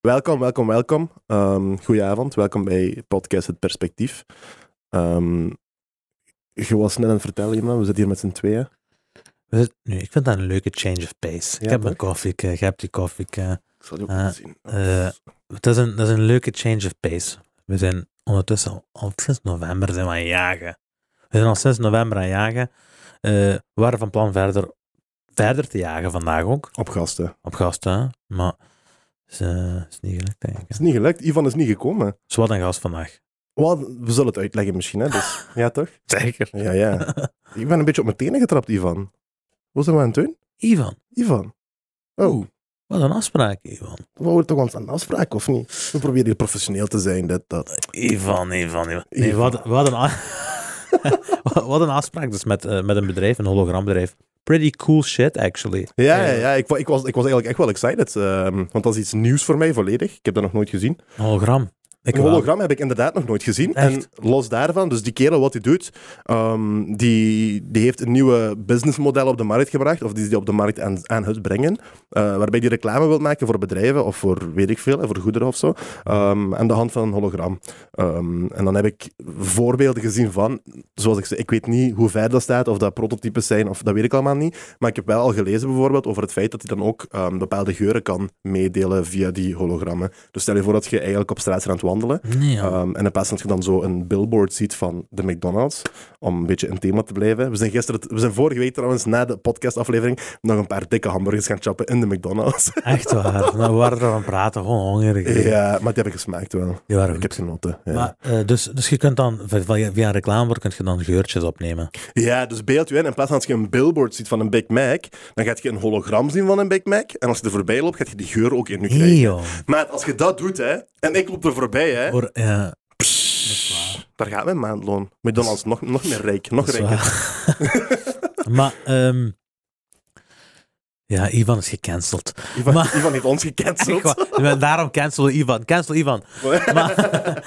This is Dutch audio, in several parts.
Welkom. Goedenavond, welkom bij podcast Het Perspectief. Je was net aan het vertellen, iemand. We zitten hier met z'n tweeën. Nu, ik vind dat een leuke change of pace. Ja, ik heb toch? mijn koffie, je hebt die koffie. Ik zal je ook laten zien. Dat is een leuke change of pace. We zijn ondertussen al sinds november zijn we aan het jagen. We zijn al sinds november aan het jagen. We waren van plan verder te jagen vandaag ook. Op gasten. Op gasten, hè. Maar het is niet gelukt, denk ik. Het is niet gelukt. Ivan is niet gekomen. Dus wat een gast vandaag. We zullen het uitleggen misschien, hè? Dus, ja, toch? Zeker. Ja. Ik ben een beetje op mijn tenen getrapt, Ivan. Wat zijn we aan het doen? Ivan. Oh, Wat een afspraak, Ivan. we houden toch ons aan de afspraak, of niet? We proberen hier professioneel te zijn, dat. Ivan. Nee, Ivan. wat een afspraak dus met een bedrijf, een hologrambedrijf. Pretty cool shit, actually. Ja. Ik was eigenlijk echt wel excited. Want dat is iets nieuws voor mij, volledig. Ik heb dat nog nooit gezien. Hologram. Een hologram heb ik inderdaad nog nooit gezien. Echt? En los daarvan, dus die kerel wat hij doet, die heeft een nieuwe businessmodel op de markt gebracht, of die is die op de markt aan het brengen, waarbij die reclame wil maken voor bedrijven, of voor weet ik veel, voor goederen of zo, aan de hand van een hologram. En dan heb ik voorbeelden gezien van, zoals ik zei, ik weet niet hoe ver dat staat, of dat prototypes zijn, of dat weet ik allemaal niet, maar ik heb wel al gelezen bijvoorbeeld over het feit dat hij dan ook bepaalde geuren kan meedelen via die hologrammen. Dus stel je voor dat je eigenlijk op straat bent aan het wandelen. Nee, ja. En in plaats dat je dan zo een billboard ziet van de McDonald's, om een beetje in thema te blijven. We zijn vorige week trouwens, na de podcastaflevering, nog een paar dikke hamburgers gaan chappen in de McDonald's. Echt waar. Nou, we waren er aan praten, gewoon hongerig. Ja, maar die hebben gesmaakt wel. Die waren Ik heb goed. genoten. Ja. Maar, dus je kunt dan, via reclame kun je dan geurtjes opnemen. Ja, dus beeld je in plaats van als je een billboard ziet van een Big Mac, dan gaat je een hologram zien van een Big Mac. En als je er voorbij loopt, gaat je die geur ook in je krijgen. Nee, joh. Maar als je dat doet, hè, en ik loop er voorbij, hè, Ja, daar gaat mijn maandloon. McDonald's nog meer rijk, nog dat is rijker. waar. Maar, ja, Ivan is gecanceld. Ivan heeft ons gecanceld. Echt waar. Daarom cancelen we Ivan. Cancel Ivan. Maar,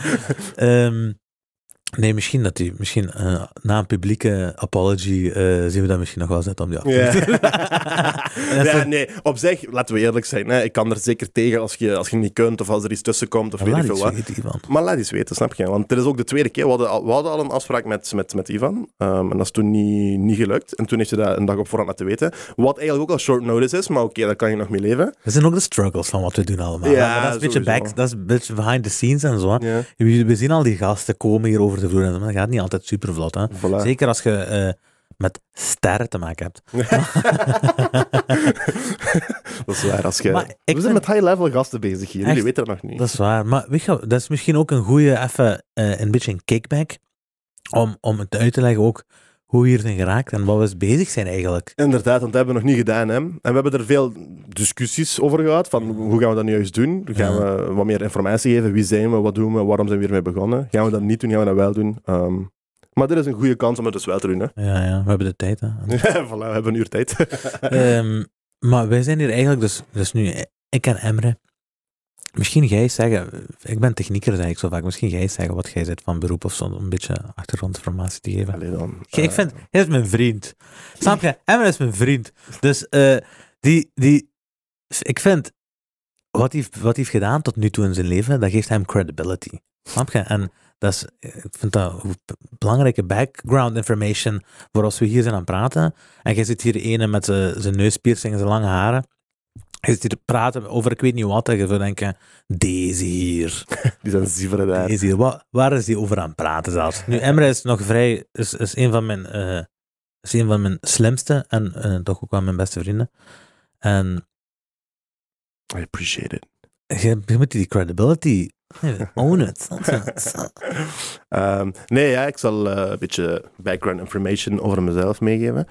nee, misschien dat hij, na een publieke apology zien we dat misschien nog wel zetten om die af te doen. Ja, nee, op zich, laten we eerlijk zijn, hè, ik kan er zeker tegen als je niet kunt of als er iets tussen komt of weet ik veel wat. Weten, Ivan. Maar laat eens weten, snap je? Want dit is ook de tweede keer. We hadden al een afspraak met Ivan en dat is toen niet gelukt. En toen heeft je dat een dag op voorhand laten weten. Wat eigenlijk ook al short notice is, maar oké, daar kan je nog mee leven. Dat zijn ook de struggles van wat we doen allemaal. Ja, Maar dat is een beetje behind the scenes en zo. Ja. We zien al die gasten komen hier over de vloer en zo, maar dat gaat niet altijd super vlot. Hè? Voilà. Zeker als je met sterren te maken hebt. Dat is waar. Maar we zijn met high-level gasten bezig hier. Jullie Echt? weten dat nog niet. Dat is waar. Maar weet je, dat is misschien ook een goede, een beetje een kickback, om het uit te leggen ook hoe we hier zijn geraakt en wat we bezig zijn eigenlijk. Inderdaad, want dat hebben we nog niet gedaan. Hè? En we hebben er veel discussies over gehad, van hoe gaan we dat nu juist doen? Gaan we wat meer informatie geven? Wie zijn we? Wat doen we? Waarom zijn we hiermee begonnen? Gaan we dat niet doen? Gaan we dat wel doen? Maar dit is een goede kans om het dus wel te doen. Hè? Ja, we hebben de tijd. Hè. Voilà, we hebben een uur tijd. Maar wij zijn hier eigenlijk, dus nu, ik en Emre, misschien jij eens zeggen, ik ben technieker, zeg ik zo vaak, misschien jij eens zeggen wat jij bent van beroep of zo, om een beetje achtergrondinformatie te geven. Allee dan. Ik vind, hij is mijn vriend. Snap je? Emre is mijn vriend. Dus ik vind, wat hij heeft gedaan tot nu toe in zijn leven, dat geeft hem credibility. Snap je? En ik vind dat belangrijke background information voor als we hier zijn aan het praten. En jij zit hier ene met zijn neuspiercing en zijn lange haren. Je zit hier te praten over ik weet niet wat. En je zou denken, deze hier. Die zijn zieveren daar. Deze hier. Waar is die over aan het praten zelfs? Nu, Emre is nog vrij, is een van mijn slimste en toch ook wel mijn beste vrienden. En I appreciate it. je moet die credibility own it. Nee, ja, ik zal een beetje background information over mezelf meegeven.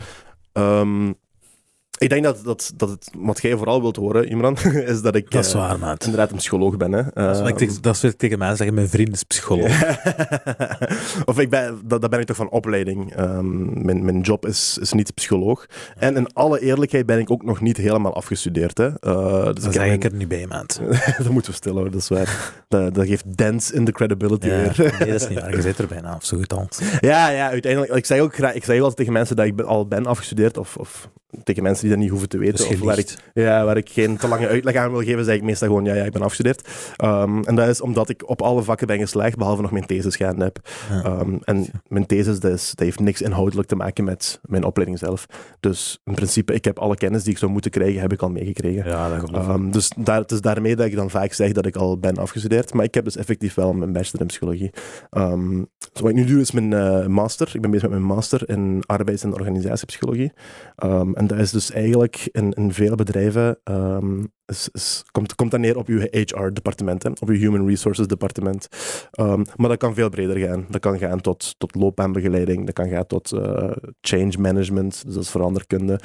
Ik denk dat het, wat jij vooral wilt horen, Imran, is dat ik Dat is waar, maat. inderdaad een psycholoog ben. Hè. Dat is wat ik tegen mij zeggen, mijn vriend is psycholoog. Of dat ben ik toch van opleiding. Mijn job is niet psycholoog. En in alle eerlijkheid ben ik ook nog niet helemaal afgestudeerd. Hè. Dus Dan zeg ik er niet bij, maat. dat moeten we stil houden, dat is waar. Dat geeft dents in de credibility weer. Nee, dat is niet waar. Je zit er bijna, of zo goed als. Ja, uiteindelijk. Ik zeg ook altijd tegen mensen dat ik al ben afgestudeerd, of tegen mensen die dat niet hoeven te weten. Dus Of waar ik geen te lange uitleg aan wil geven, zeg ik meestal gewoon, ja, ik ben afgestudeerd. En dat is omdat ik op alle vakken ben geslaagd, behalve nog mijn thesis gaande heb. En mijn thesis, dat heeft niks inhoudelijk te maken met mijn opleiding zelf. Dus in principe, ik heb alle kennis die ik zou moeten krijgen, heb ik al meegekregen. Ja, dat geloof ik. Dus het is daarmee dat ik dan vaak zeg dat ik al ben afgestudeerd. Maar ik heb dus effectief wel mijn bachelor in psychologie. Wat ik nu doe is mijn master. Ik ben bezig met mijn master in arbeids- en organisatiepsychologie. En dat is dus eigenlijk in vele bedrijven komt dat neer op uw HR-departement, op uw Human Resources departement. Maar dat kan veel breder gaan. Dat kan gaan tot loopbaanbegeleiding, dat kan gaan tot change management, dus dat is veranderkunde.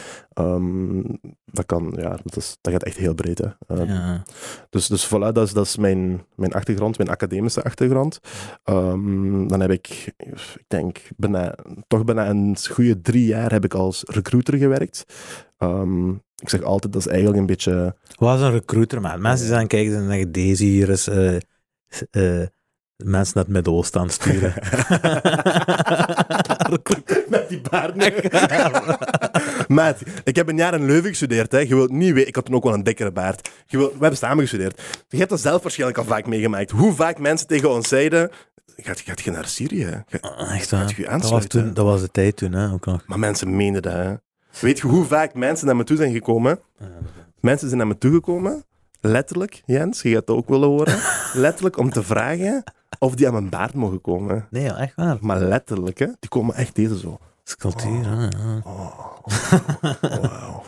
Dat gaat echt heel breed. Dus voilà, dat is mijn achtergrond, mijn academische achtergrond. Dan heb ik denk, bijna een goede 3 jaar heb ik als recruiter gewerkt. Ik zeg altijd, dat is eigenlijk een beetje... Wat is een recruiter, man? Mensen die dan kijken en zeggen, deze hier is mensen naar het Midden-Oosten aan het sturen. Met die baard. Maat, ik heb een jaar in Leuven gestudeerd. Hè. Je wilt niet weten, ik had toen ook wel een dikkere baard. We hebben samen gestudeerd. Je hebt dat zelf waarschijnlijk al vaak meegemaakt. Hoe vaak mensen tegen ons zeiden... Gaat je naar Syrië? Echt waar? Gaat je aansluiten? Dat was de tijd toen, hè? Ook nog. Maar mensen meenden dat, hè. Weet je hoe vaak mensen naar me toe zijn gekomen? Mensen zijn naar me toegekomen, letterlijk, Jens, je gaat het ook willen horen, letterlijk om te vragen of die aan mijn baard mogen komen. Nee, echt waar. Maar letterlijk, hè? Die komen echt deze zo. Dat is cultuur, hè? Wauw.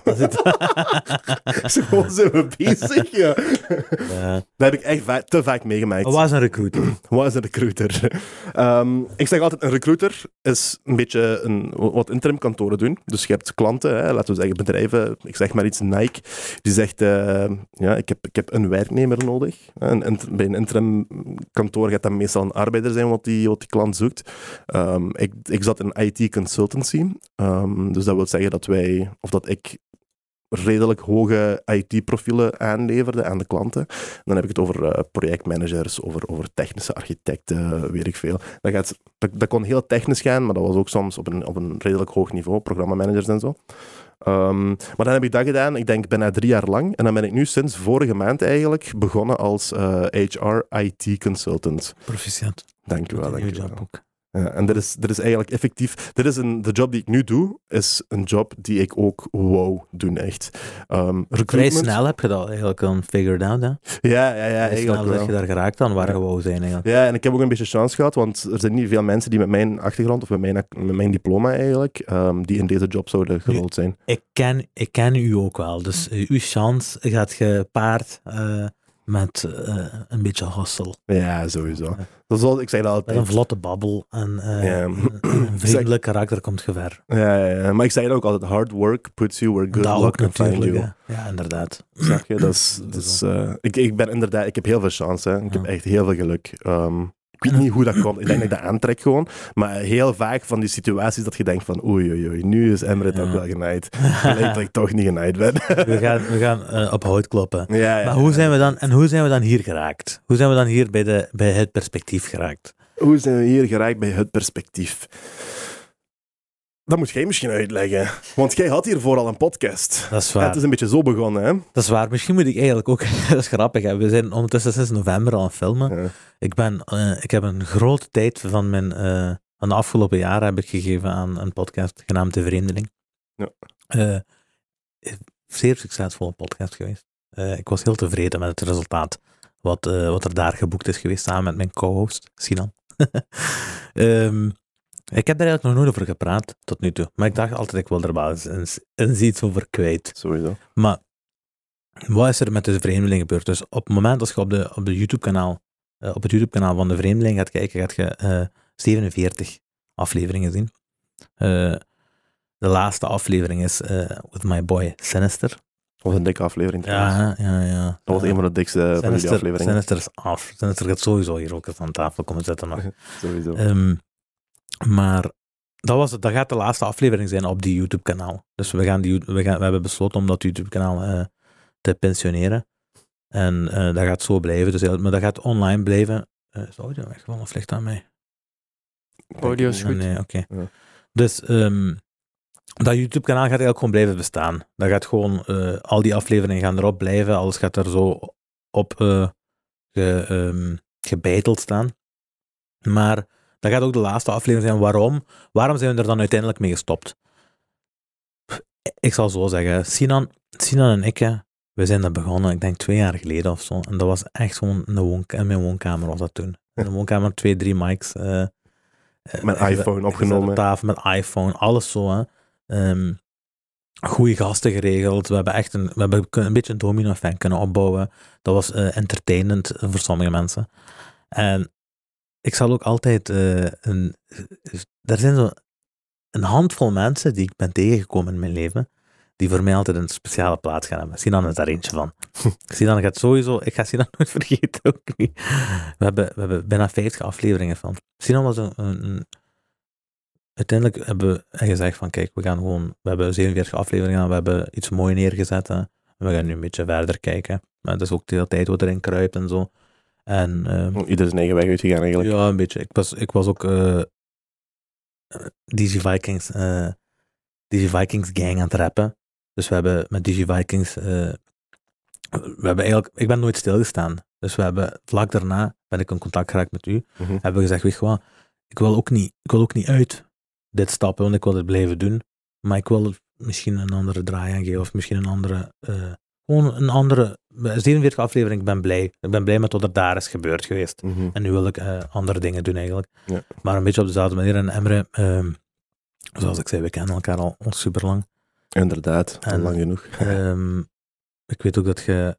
Zo zijn we bezig, ja. Dat heb ik echt te vaak meegemaakt. Wat is een recruiter? Wat is een recruiter? Ik zeg altijd, een recruiter is een beetje wat interimkantoren doen. Dus je hebt klanten, hè, laten we zeggen bedrijven, ik zeg maar iets, Nike, die zegt, ik heb een werknemer nodig. Bij een interimkantoor gaat dat meestal een arbeider zijn wat die klant zoekt. Ik zat in IT consultancy, dus dat wil zeggen dat ik redelijk hoge IT-profielen aanleverde aan de klanten. Dan heb ik het over projectmanagers, over technische architecten, weet ik veel. Dat kon heel technisch gaan, maar dat was ook soms op een redelijk hoog niveau, programmamanagers en zo. Maar dan heb ik dat gedaan, ik denk bijna 3 jaar lang. En dan ben ik nu sinds vorige maand eigenlijk begonnen als HR-IT-consultant. Proficiat. Dank u wel. Ook. Ja, en dat is eigenlijk effectief... De job die ik nu doe, is een job die ik ook wou doen, echt. Vrij snel heb je dat eigenlijk al figured out, hè? Ja, eigenlijk snel wel. dat je daar geraakt aan waar je wou zijn, eigenlijk. Ja, en ik heb ook een beetje chance gehad, want er zijn niet veel mensen die met mijn achtergrond, of met mijn diploma eigenlijk, die in deze job zouden gerold zijn. Ik ken u ook wel, dus uw chance gaat gepaard met een beetje hustle. Ja, sowieso. Ik zeg dat altijd. Met een vlotte babbel en een vriendelijk karakter komt je ver. Ja, maar ik zeg dat ook altijd, hard work puts you where good luck can find you. Ja, inderdaad. Zeg je, ik heb heel veel chance, hè. Ik heb echt heel veel geluk. Ik weet niet hoe dat komt. Ik denk dat ik dat aantrek gewoon. Maar heel vaak van die situaties dat je denkt van oei, nu is Emrit ook wel genaaid. Lijkt dat ik toch niet genaaid ben. We gaan op hout kloppen. Ja, maar hoe zijn we dan hier geraakt? Hoe zijn we dan hier bij het perspectief geraakt? Hoe zijn we hier geraakt bij het perspectief? Dat moet jij misschien uitleggen. Want jij had hiervoor al een podcast. Dat is waar. Het is een beetje zo begonnen, hè? Dat is waar. Misschien moet ik eigenlijk ook... Dat is grappig, hè. We zijn ondertussen sinds november al aan het filmen. Ja. Ik heb een grote tijd van de afgelopen jaren heb ik gegeven aan een podcast genaamd De Vreemdeling. Ja. Zeer succesvolle podcast geweest. Ik was heel tevreden met het resultaat. Wat er daar geboekt is geweest, samen met mijn co-host, Sinan. Ik heb daar eigenlijk nog nooit over gepraat, tot nu toe. Maar ik dacht altijd, ik wil er wel eens iets over kwijt. Sowieso. Maar wat is er met de Vreemdeling gebeurd? Dus op het moment als je op het YouTube-kanaal van de Vreemdeling gaat kijken, gaat je 47 afleveringen zien. De laatste aflevering is With My Boy Sinister. Dat was een dikke aflevering. Ja. Dat was een van de dikste van die afleveringen. Sinister is af. Sinister gaat sowieso hier ook eens aan tafel komen zitten nog. Sowieso. Maar dat gaat de laatste aflevering zijn op die YouTube-kanaal. Dus we hebben besloten om dat YouTube-kanaal te pensioneren. En dat gaat zo blijven. Dus, maar dat gaat online blijven. Is de audio weggevallen of ligt aan mij? Audio is goed. Nee, oké. Ja. Dus Dat YouTube-kanaal gaat eigenlijk gewoon blijven bestaan. Dat gaat gewoon, al die afleveringen gaan erop blijven, alles gaat er zo op gebeiteld staan. Maar dat gaat ook de laatste aflevering zijn. Waarom zijn we er dan uiteindelijk mee gestopt? Ik zal zo zeggen, Sinan en ik, we zijn dat begonnen, ik denk 2 jaar geleden of zo. En dat was echt gewoon in mijn woonkamer was dat toen. In de woonkamer 2, 3 mics. Met iPhone opgenomen. Op tafel met iPhone, alles zo. Goeie gasten geregeld. We hebben een beetje een domino-effect kunnen opbouwen. Dat was entertainend voor sommige mensen. En ik zal ook altijd... er zijn zo een handvol mensen die ik ben tegengekomen in mijn leven, die voor mij altijd een speciale plaats gaan hebben. Sinan is daar eentje van. Sinan gaat sowieso... Ik ga Sinan nooit vergeten, ook niet. We hebben bijna 50 afleveringen van. Sinan was uiteindelijk hebben we gezegd van, kijk, we hebben 47 afleveringen, we hebben iets moois neergezet, en we gaan nu een beetje verder kijken. Maar dat is ook de hele tijd wat erin kruipt en zo. En, ieder zijn eigen weg uitgegaan eigenlijk. Ja, een beetje. Ik was ook DigiVikings gang aan het rappen. Dus we hebben met DigiVikings... ik ben nooit stilgestaan. Dus we hebben vlak daarna, ben ik in contact geraakt met u, hebben we gezegd, weet je wat, ik wil ook niet uit dit stappen, want ik wil het blijven doen. Maar ik wil misschien een andere draai aan geven, of misschien een andere... gewoon een andere... 47 aflevering, ik ben blij. Ik ben blij met wat er daar is gebeurd geweest. En nu wil ik andere dingen doen eigenlijk. Ja. Maar een beetje op dezelfde manier. En Emre, zoals ik zei, we kennen elkaar al super lang. Inderdaad, al lang genoeg. Ik weet ook dat je...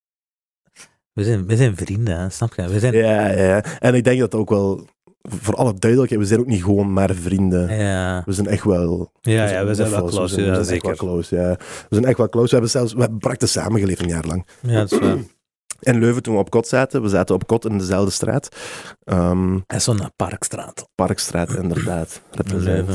We zijn vrienden, hè, snap je? Ja. En ik denk dat ook wel... Voor alle duidelijkheid, we zijn ook niet gewoon maar vrienden. Ja. We zijn echt wel... we zijn wel close. We zijn echt wel close, ja. We zijn echt wel close. We hebben praktisch samengeleefd een jaar lang. Ja, dat is waar. In Leuven, toen we op kot zaten, we zaten op kot in dezelfde straat. En zo'n Parkstraat. Parkstraat, inderdaad. Leuven.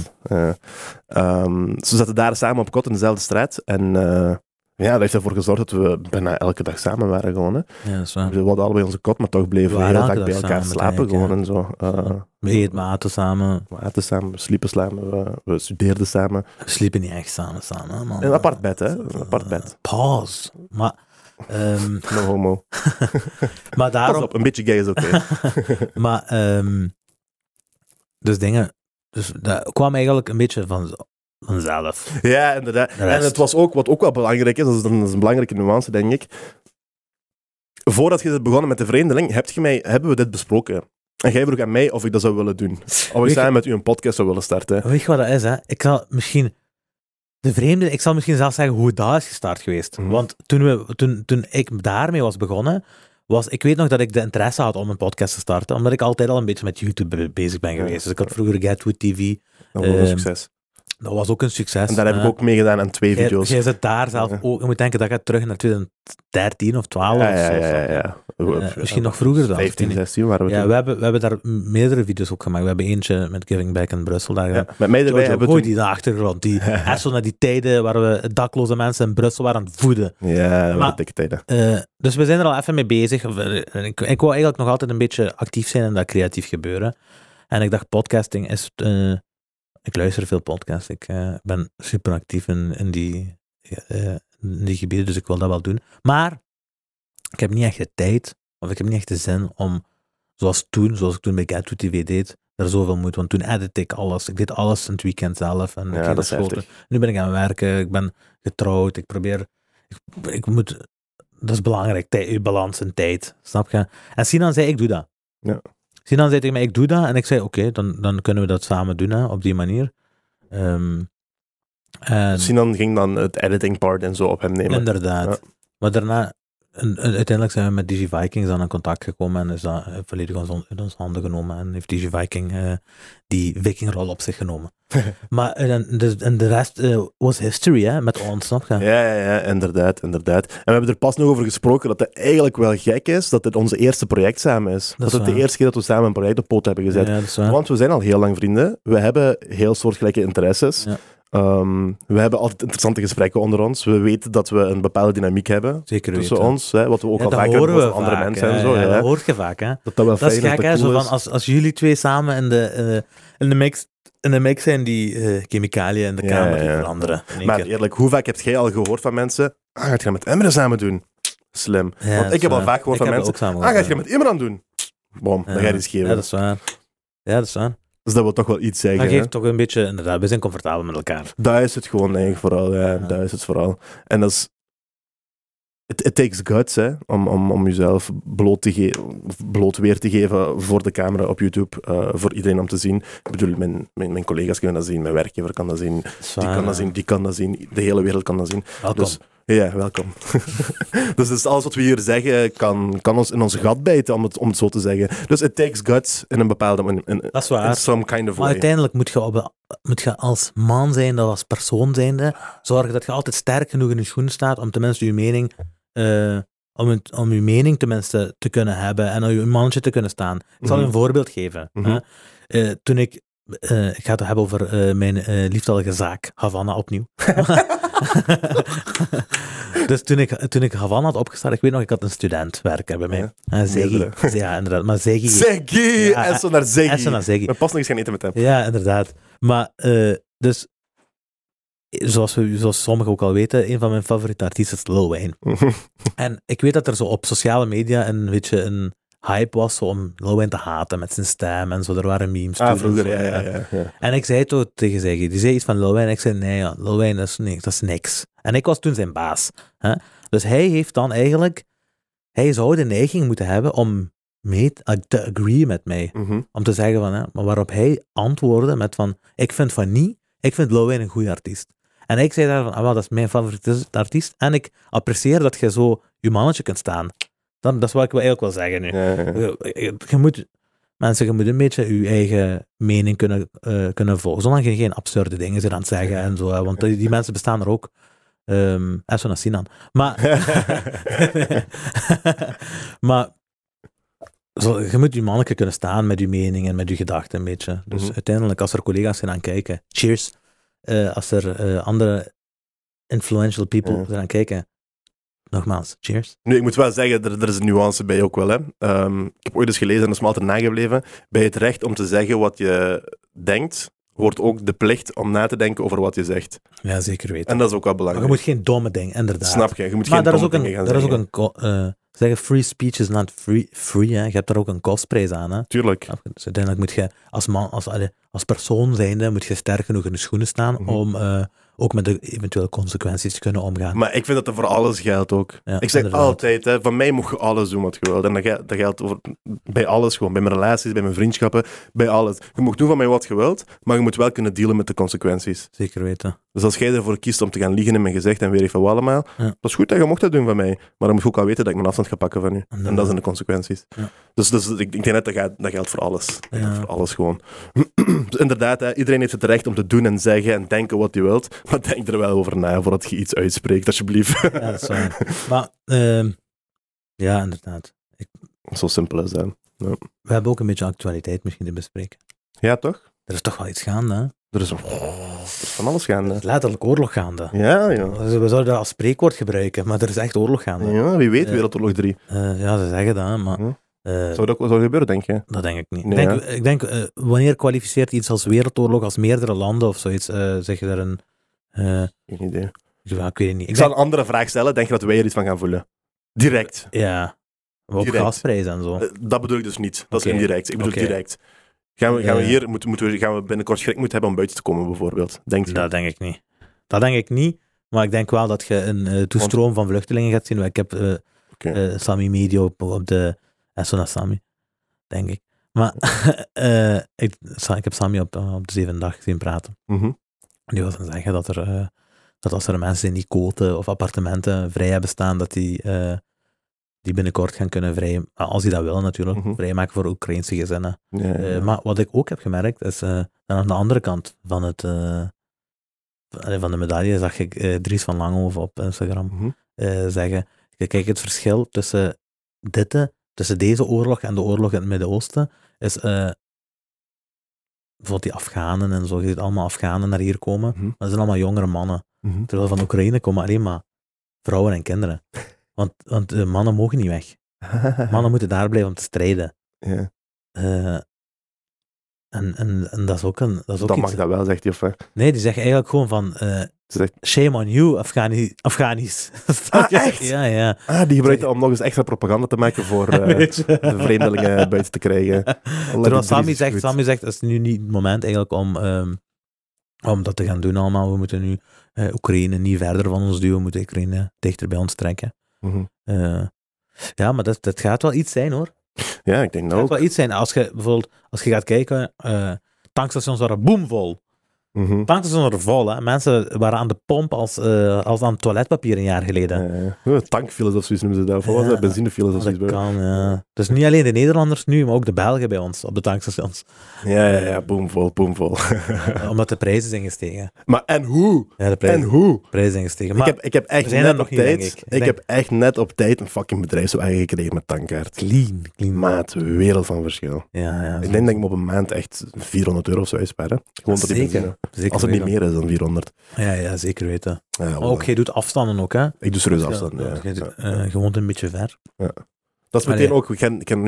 Ze zaten daar samen op kot in dezelfde straat. En dat heeft ervoor gezorgd dat we bijna elke dag samen waren gewoon. Hè. Ja, dat is waar. We hadden allebei onze kot, maar toch bleven we de hele dag bij elkaar slapen gewoon en zo. We eten, we aten samen. We sliepen samen, we studeerden samen. We sliepen niet echt samen, man. Een apart bed, hè. Een apart bed. Pause. Maar... no homo. Maar daarom... Pas op, een beetje gay is oké. Maar, dus dingen... Dus dat kwam eigenlijk een beetje vanzelf. Ja, inderdaad. En het was ook, wat ook wel belangrijk is, dat is een belangrijke nuance, denk ik. Voordat je begonnen met de vreemdeling, hebben we dit besproken. En jij vroeg aan mij of ik dat zou willen doen. Of ik samen met u een podcast zou willen starten. Weet je wat dat is, hè? Ik zal misschien zelfs zeggen hoe dat is gestart geweest. Want toen ik daarmee was begonnen, ik weet nog dat ik de interesse had om een podcast te starten, omdat ik altijd al een beetje met YouTube bezig ben geweest. Dus ik had vroeger Getwood TV. Dat was een succes. Dat was ook een succes. En daar heb ik ook meegedaan aan 2 video's. Jij zit daar zelf ook. Je moet denken, dat gaat terug naar 2013 of 12 of zo. Ja. Misschien nog vroeger dan. 15, 16 waren we toen. Ja, we hebben daar meerdere video's ook gemaakt. We hebben eentje met Giving Back in Brussel daar gedaan. Met mij erbij hebben we toen... die de achtergrond. Echt zo naar die tijden waar we dakloze mensen in Brussel waren aan het voeden. Ja, dat waren dikke tijden. Dus we zijn er al even mee bezig. Ik wou eigenlijk nog altijd een beetje actief zijn in dat creatief gebeuren. En ik dacht, podcasting is... Ik luister veel podcasts. Ik ben super actief in die gebieden, dus ik wil dat wel doen. Maar ik heb niet echt de tijd, of ik heb niet echt de zin om, zoals ik toen bij Getwood TV deed, er zoveel moeite. Want toen edit ik alles. Ik deed alles in het weekend zelf. En dat is heftig. Nu ben ik aan het werken, ik ben getrouwd, ik probeer... Dat is belangrijk, balans in tijd. Snap je? En Sinan zei, ik doe dat. Ja. Sinan zei tegen mij, ik doe dat. En ik zei, oké, dan kunnen we dat samen doen, hè, op die manier. Sinan ging dan het editing part en zo op hem nemen. Inderdaad. Ja. Maar daarna, uiteindelijk zijn we met DigiVikings dan in contact gekomen en is dat volledig in ons handen genomen. En heeft DigiViking die vikingrol op zich genomen. Maar en de rest was history, hè, met ons, snap je? Ja, inderdaad. En we hebben er pas nog over gesproken dat het eigenlijk wel gek is dat dit onze eerste project samen is. Dat het de eerste keer dat we samen een project op poot hebben gezet. Ja, want we zijn al heel lang vrienden. We hebben heel soortgelijke interesses. Ja. We hebben altijd interessante gesprekken onder ons. We weten dat we een bepaalde dynamiek hebben tussen ons. Hè, wat we ook al vaak hebben met andere mensen en zo. Ja, dat hoort je vaak. Hè? Dat wel dat is gek, hè? Zo van, als jullie twee samen in de mix in de mix zijn die chemicaliën in de kamer die veranderen. Maar eerlijk, hoe vaak heb jij al gehoord van mensen, gaat je met Imran samen doen? Slim. Ja, Want ik heb al vaak gehoord van mensen, gaat je met Imran doen? Bom, dan ga je iets geven. Ja, dat is waar. Dus dat wil toch wel iets zeggen. Dat geeft toch een beetje, inderdaad, we zijn comfortabel met elkaar. Dat is het gewoon eigenlijk vooral, dat is het vooral. En dat is... It takes guts, hè, om jezelf bloot weer te geven voor de camera op YouTube, voor iedereen om te zien. Ik bedoel, mijn collega's kunnen dat zien, mijn werkgever kan dat zien, die kan dat zien, de hele wereld kan dat zien. Welkom. Dus, ja, welkom. Dus alles wat we hier zeggen kan ons in ons gat bijten, om het zo te zeggen. Dus it takes guts in een bepaalde... Dat is waar. In some kind of maar way. uiteindelijk moet je als man zijnde, als persoon zijnde, zorgen dat je altijd sterk genoeg in je schoenen staat om tenminste je mening... om uw mening tenminste te kunnen hebben en om uw mannetje te kunnen staan. Ik zal u een voorbeeld geven. Toen ik ga het hebben over mijn liefdadige zaak, Havana opnieuw. Dus toen ik Havana had opgestart, ik weet nog, ik had een student werken bij mij. Zeggy. Ja, inderdaad. Maar Zeggy. Zeggy! Esso naar Zeggy. We pas nog eens gaan eten met hem. Ja, inderdaad. Maar, dus... Zoals sommigen ook al weten, een van mijn favoriete artiesten is Lil Wayne. En ik weet dat er zo op sociale media een hype was om Lil Wayne te haten met zijn stem en zo. Er waren memes. Vroeger, ja. En ik zei toen tegen Zeggy, die zei iets van Lil Wayne. En ik zei, nee, Lil Wayne dat is niks. En ik was toen zijn baas. Hè? Dus hij heeft dan eigenlijk... Hij zou de neiging moeten hebben om te agree met mij. Om te zeggen van, maar waarop hij antwoordde met van, ik vind Lil Wayne een goede artiest. En ik zei daarvan, dat is mijn favoriete artiest. En ik apprecieer dat je zo je mannetje kunt staan. Dat is wat ik eigenlijk wil zeggen nu. Je moet een beetje je eigen mening kunnen volgen. Zolang je geen absurde dingen zit aan het zeggen en zo. Want die mensen bestaan er ook. En zo naar Sinan. Maar... maar... je moet je mannetje kunnen staan met je mening en met je gedachten een beetje. Dus uiteindelijk, als er collega's zijn aan kijken, cheers. Als er andere influential people zijn aan kijken, nogmaals, cheers. Nu, ik moet wel zeggen, er is een nuance bij ook wel. Hè. Ik heb ooit eens gelezen, en dat is me altijd nagebleven, bij het recht om te zeggen wat je denkt, hoort ook de plicht om na te denken over wat je zegt. Ja, zeker weten. En dat is ook wel belangrijk. Maar je moet geen domme dingen, inderdaad. Snap je? Je moet geen domme dingen gaan zeggen. Maar daar is ook zeggen, free speech is not free, hè. Je hebt daar ook een kostprijs aan. Hè. Tuurlijk. Dus uiteindelijk moet je als persoon zijnde, moet je sterk genoeg in de schoenen staan om ook met de eventuele consequenties te kunnen omgaan. Maar ik vind dat er voor alles geldt ook. Ja, ik zeg inderdaad. altijd, hè, van mij mag je alles doen wat je wilt. En dat geldt bij alles gewoon. Bij mijn relaties, bij mijn vriendschappen, bij alles. Je mag doen van mij wat je wilt, maar je moet wel kunnen dealen met de consequenties. Zeker weten. Dus als jij ervoor kiest om te gaan liegen in mijn gezicht en weet ik van wat allemaal, dat is goed dat je mocht dat doen van mij. Maar dan moet je ook al weten dat ik mijn afstand ga pakken van u. En dat zijn de consequenties. Ja. Dus ik denk net dat geldt voor alles. Dat geldt voor alles gewoon. Dus inderdaad, hè, iedereen heeft het recht om te doen en zeggen en denken wat hij wilt. Maar denk er wel over na voordat je iets uitspreekt, alsjeblieft. Ja, dat is waar. Maar, ja, inderdaad. Zo simpel is dat. Ja. We hebben ook een beetje actualiteit misschien te bespreken. Ja, toch? Er is toch wel iets gaande, hè? Er is van alles gaande. Er is letterlijk oorlog gaande. Ja. We zouden dat als spreekwoord gebruiken, maar er is echt oorlog gaande. Ja, wie weet, Wereldoorlog 3. Ja, ze zeggen dat, maar... Zou dat gebeuren, denk je? Dat denk ik niet. Nee, ik denk wanneer kwalificeert iets als wereldoorlog, als meerdere landen of zoiets, zeg je daar een... Geen idee. Ja, ik weet het niet. Ik zal een andere vraag stellen, denk je dat wij er iets van gaan voelen? Direct. Ja, op gasprijs en zo. Dat bedoel ik dus niet. Dat is indirect. Ik bedoel direct. Gaan we binnenkort schrik moeten hebben om buiten te komen, bijvoorbeeld? Denk je? Dat denk ik niet. Dat denk ik niet, maar ik denk wel dat je een toestroom van vluchtelingen gaat zien. Ik heb Sami Media op de... Esso naar Sami, denk ik. Maar ik heb Sami op de 7e dag zien praten. Die was dan zeggen dat als er mensen in die quoten of appartementen vrij hebben staan, dat die binnenkort gaan kunnen vrij, als die dat willen natuurlijk, vrijmaken voor Oekraïnse gezinnen. Ja. Maar wat ik ook heb gemerkt, is dan aan de andere kant van de medaille zag ik Dries van Langhoven op Instagram zeggen, kijk, het verschil tussen deze oorlog en de oorlog in het Midden-Oosten is bijvoorbeeld die Afghanen en zo. Je ziet allemaal Afghanen naar hier komen. Maar dat zijn allemaal jongere mannen. Terwijl van Oekraïne komen alleen maar vrouwen en kinderen. Want mannen mogen niet weg. Mannen moeten daar blijven om te strijden. Ja. En dat is ook een... Dat is ook Dat iets, mag dat wel, zegt hij. Of, Nee, die zeggen eigenlijk gewoon van... ze zegt, shame on you, Afghanis. echt? Ja. die gebruikt dat om nog eens extra propaganda te maken voor Weet je. de vreemdelingen buiten te krijgen. Terwijl Sammy zegt, het is nu niet het moment eigenlijk om dat te gaan doen allemaal. We moeten nu Oekraïne niet verder van ons duwen, we moeten Oekraïne dichter bij ons trekken. Mhm. Ja, maar dat gaat wel iets zijn, hoor. Ja, ik denk Het dat gaat ook. wel iets zijn. Als je gaat kijken, tankstations waren boomvol. Mhm. Tankstations waren vol, hè. Mensen waren aan de pomp als aan toiletpapier een jaar geleden. Tankfiles of zoiets noemen ze dat. Of wat was dat? Benzinefiles of Dat zoiets. kan, ja. Dus niet alleen de Nederlanders nu, maar ook de Belgen bij ons op de tankstations. Ja, boomvol. Omdat de prijzen zijn gestegen. Maar en hoe? Ja, de En hoe? prijzen zijn gestegen. Maar Ik heb echt we zijn er net nog op niet, denk tijd... ik. Ik heb echt net op tijd een fucking bedrijfswagen gekregen met tankkaart. clean. Maat, wereld van verschil. Ja, Ik denk dat ik me op een maand echt €400 zou uitsparen. Gewoon dat die benzine. Zeker Als het niet weten. meer is dan 400. Ja, zeker weten. Ja, Maar ook, jij doet afstanden ook, hè? ik doe serieus afstand. Je woont een beetje ver. Dat is meteen ook... Ik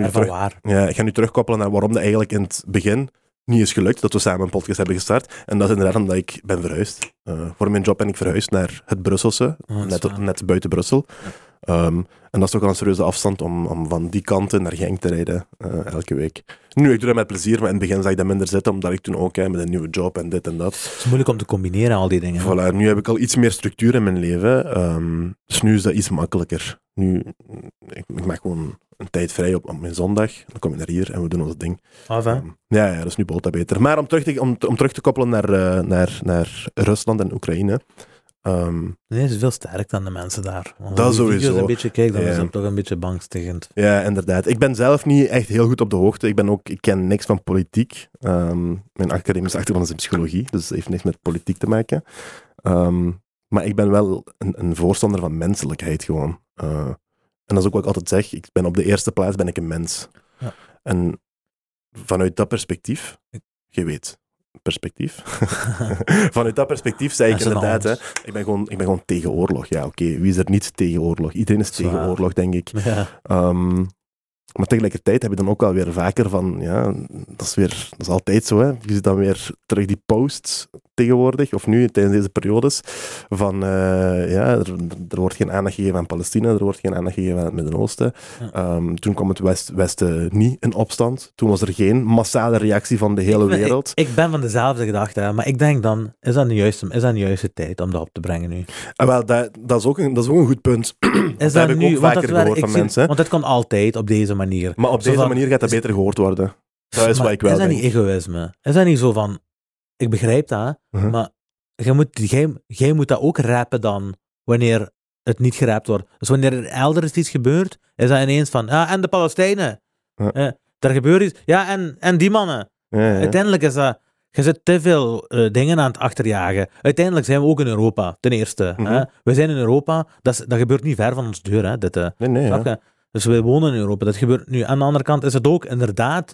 ga nu terugkoppelen naar waarom dat eigenlijk in het begin niet is gelukt dat we samen een podcast hebben gestart. En dat is inderdaad omdat ik ben verhuisd. Voor mijn job ben ik verhuisd naar het Brusselse, net buiten Brussel. En dat is toch wel een serieuze afstand om van die kanten naar Genk te rijden elke week. Nu, ik doe dat met plezier, maar in het begin zag ik dat minder zitten, omdat ik toen ook met een nieuwe job en dit en dat. Het is moeilijk om te combineren, al die dingen. Voilà, nu heb ik al iets meer structuur in mijn leven, dus nu is dat iets makkelijker. Nu, ik maak gewoon een tijd vrij op mijn zondag, dan kom ik naar hier en we doen ons ding. Ja, dat is nu bolt dat beter. Maar om terug te koppelen naar Rusland en Oekraïne. Nee, het is veel sterker dan de mensen daar. Want Dat als je sowieso. video's een beetje kijkt, dan Ja. is dat toch een beetje beangstigend. Ja, inderdaad. Ik ben zelf niet echt heel goed op de hoogte. Ik ken niks van politiek. Mijn academische achtergrond is in psychologie, dus het heeft niks met politiek te maken. Maar ik ben wel een voorstander van menselijkheid gewoon. En dat is ook wat ik altijd zeg. Op de eerste plaats ben ik een mens. Ja. En vanuit dat perspectief, je weet, perspectief. Vanuit dat perspectief zei ik inderdaad, hè, ik ben gewoon tegen oorlog. Ja, oké, wie is er niet tegen oorlog? Iedereen is tegen oorlog, denk ik. Ja. Maar tegelijkertijd heb je dan ook wel weer vaker van, ja, dat is altijd zo, hè. Je ziet dan weer terug die posts tegenwoordig, of nu, tijdens deze periodes, van, er wordt geen aandacht gegeven aan Palestina, er wordt geen aandacht gegeven aan het Midden-Oosten. Ja. Toen kwam het Westen niet in opstand. Toen was er geen massale reactie van de hele wereld. Ik ben van dezelfde gedachte, hè, maar ik denk dan, is dat de juiste tijd om dat op te brengen nu? Wel, dat is ook een goed punt. Is dat heb nu, ik ook vaker gehoord van mensen. Want het kan altijd op deze manier. Maar op deze manier gaat dat beter gehoord worden. Dat is wat ik wel denk. Is dat denk. niet egoïsme? Is dat niet zo van, ik begrijp dat, maar jij moet dat ook rappen dan, wanneer het niet gerapt wordt. Dus wanneer er elders iets gebeurt, is dat ineens van, en de Palestijnen. Daar gebeurt iets. Ja, en die mannen. Ja. Uiteindelijk is dat, je zit te veel dingen aan het achterjagen. Uiteindelijk zijn we ook in Europa, ten eerste. Hè? We zijn in Europa, dat gebeurt niet ver van ons deur. Hè, dit, Nee, ja. Dus we wonen in Europa, dat gebeurt nu. Aan de andere kant is het ook inderdaad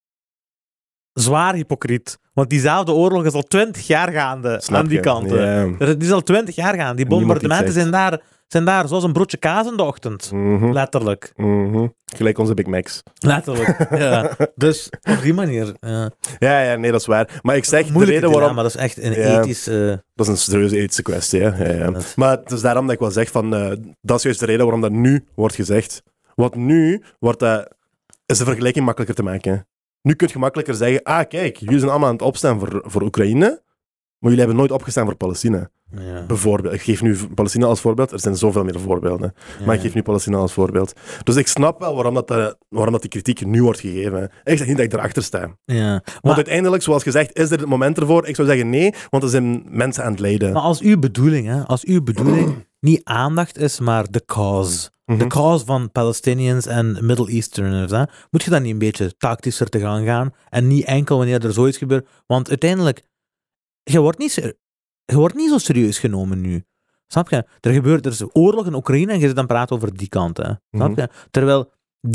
zwaar hypocriet. Want diezelfde oorlog is al 20 jaar gaande aan die kant. Ja. Die is al 20 jaar gaande. Die bombardementen zijn daar zoals een broodje kaas in de ochtend. Letterlijk. Gelijk onze Big Macs. Letterlijk, ja. Dus op die manier. Ja, nee, dat is waar. Maar ik zeg, de reden waarom... maar dat is echt een ethische... Dat is een serieuze ethische kwestie, ja. Maar het is daarom dat ik wel zeg van... dat is juist de reden waarom dat nu wordt gezegd. Want nu is de vergelijking makkelijker te maken. Nu kun je makkelijker zeggen... kijk, jullie zijn allemaal aan het opstaan voor Oekraïne... maar jullie hebben nooit opgestaan voor Palestina. Ja. Bijvoorbeeld. Ik geef nu Palestina als voorbeeld. Er zijn zoveel meer voorbeelden. Maar ik geef nu Palestina als voorbeeld. Dus ik snap wel waarom dat die kritiek nu wordt gegeven. Ik zeg niet dat ik erachter sta. Ja. Want uiteindelijk, zoals gezegd, is er het moment ervoor. Ik zou zeggen nee, want er zijn mensen aan het lijden. Maar als uw bedoeling niet aandacht is, maar de cause. De cause van Palestinians en Middle Easterners. Hè, moet je dan niet een beetje tactischer te gaan en niet enkel wanneer er zoiets gebeurt. Want uiteindelijk, je wordt niet zo serieus genomen nu. Snap je? Er is oorlog in Oekraïne en je zit dan praten over die kant. Hè. Snap je? Terwijl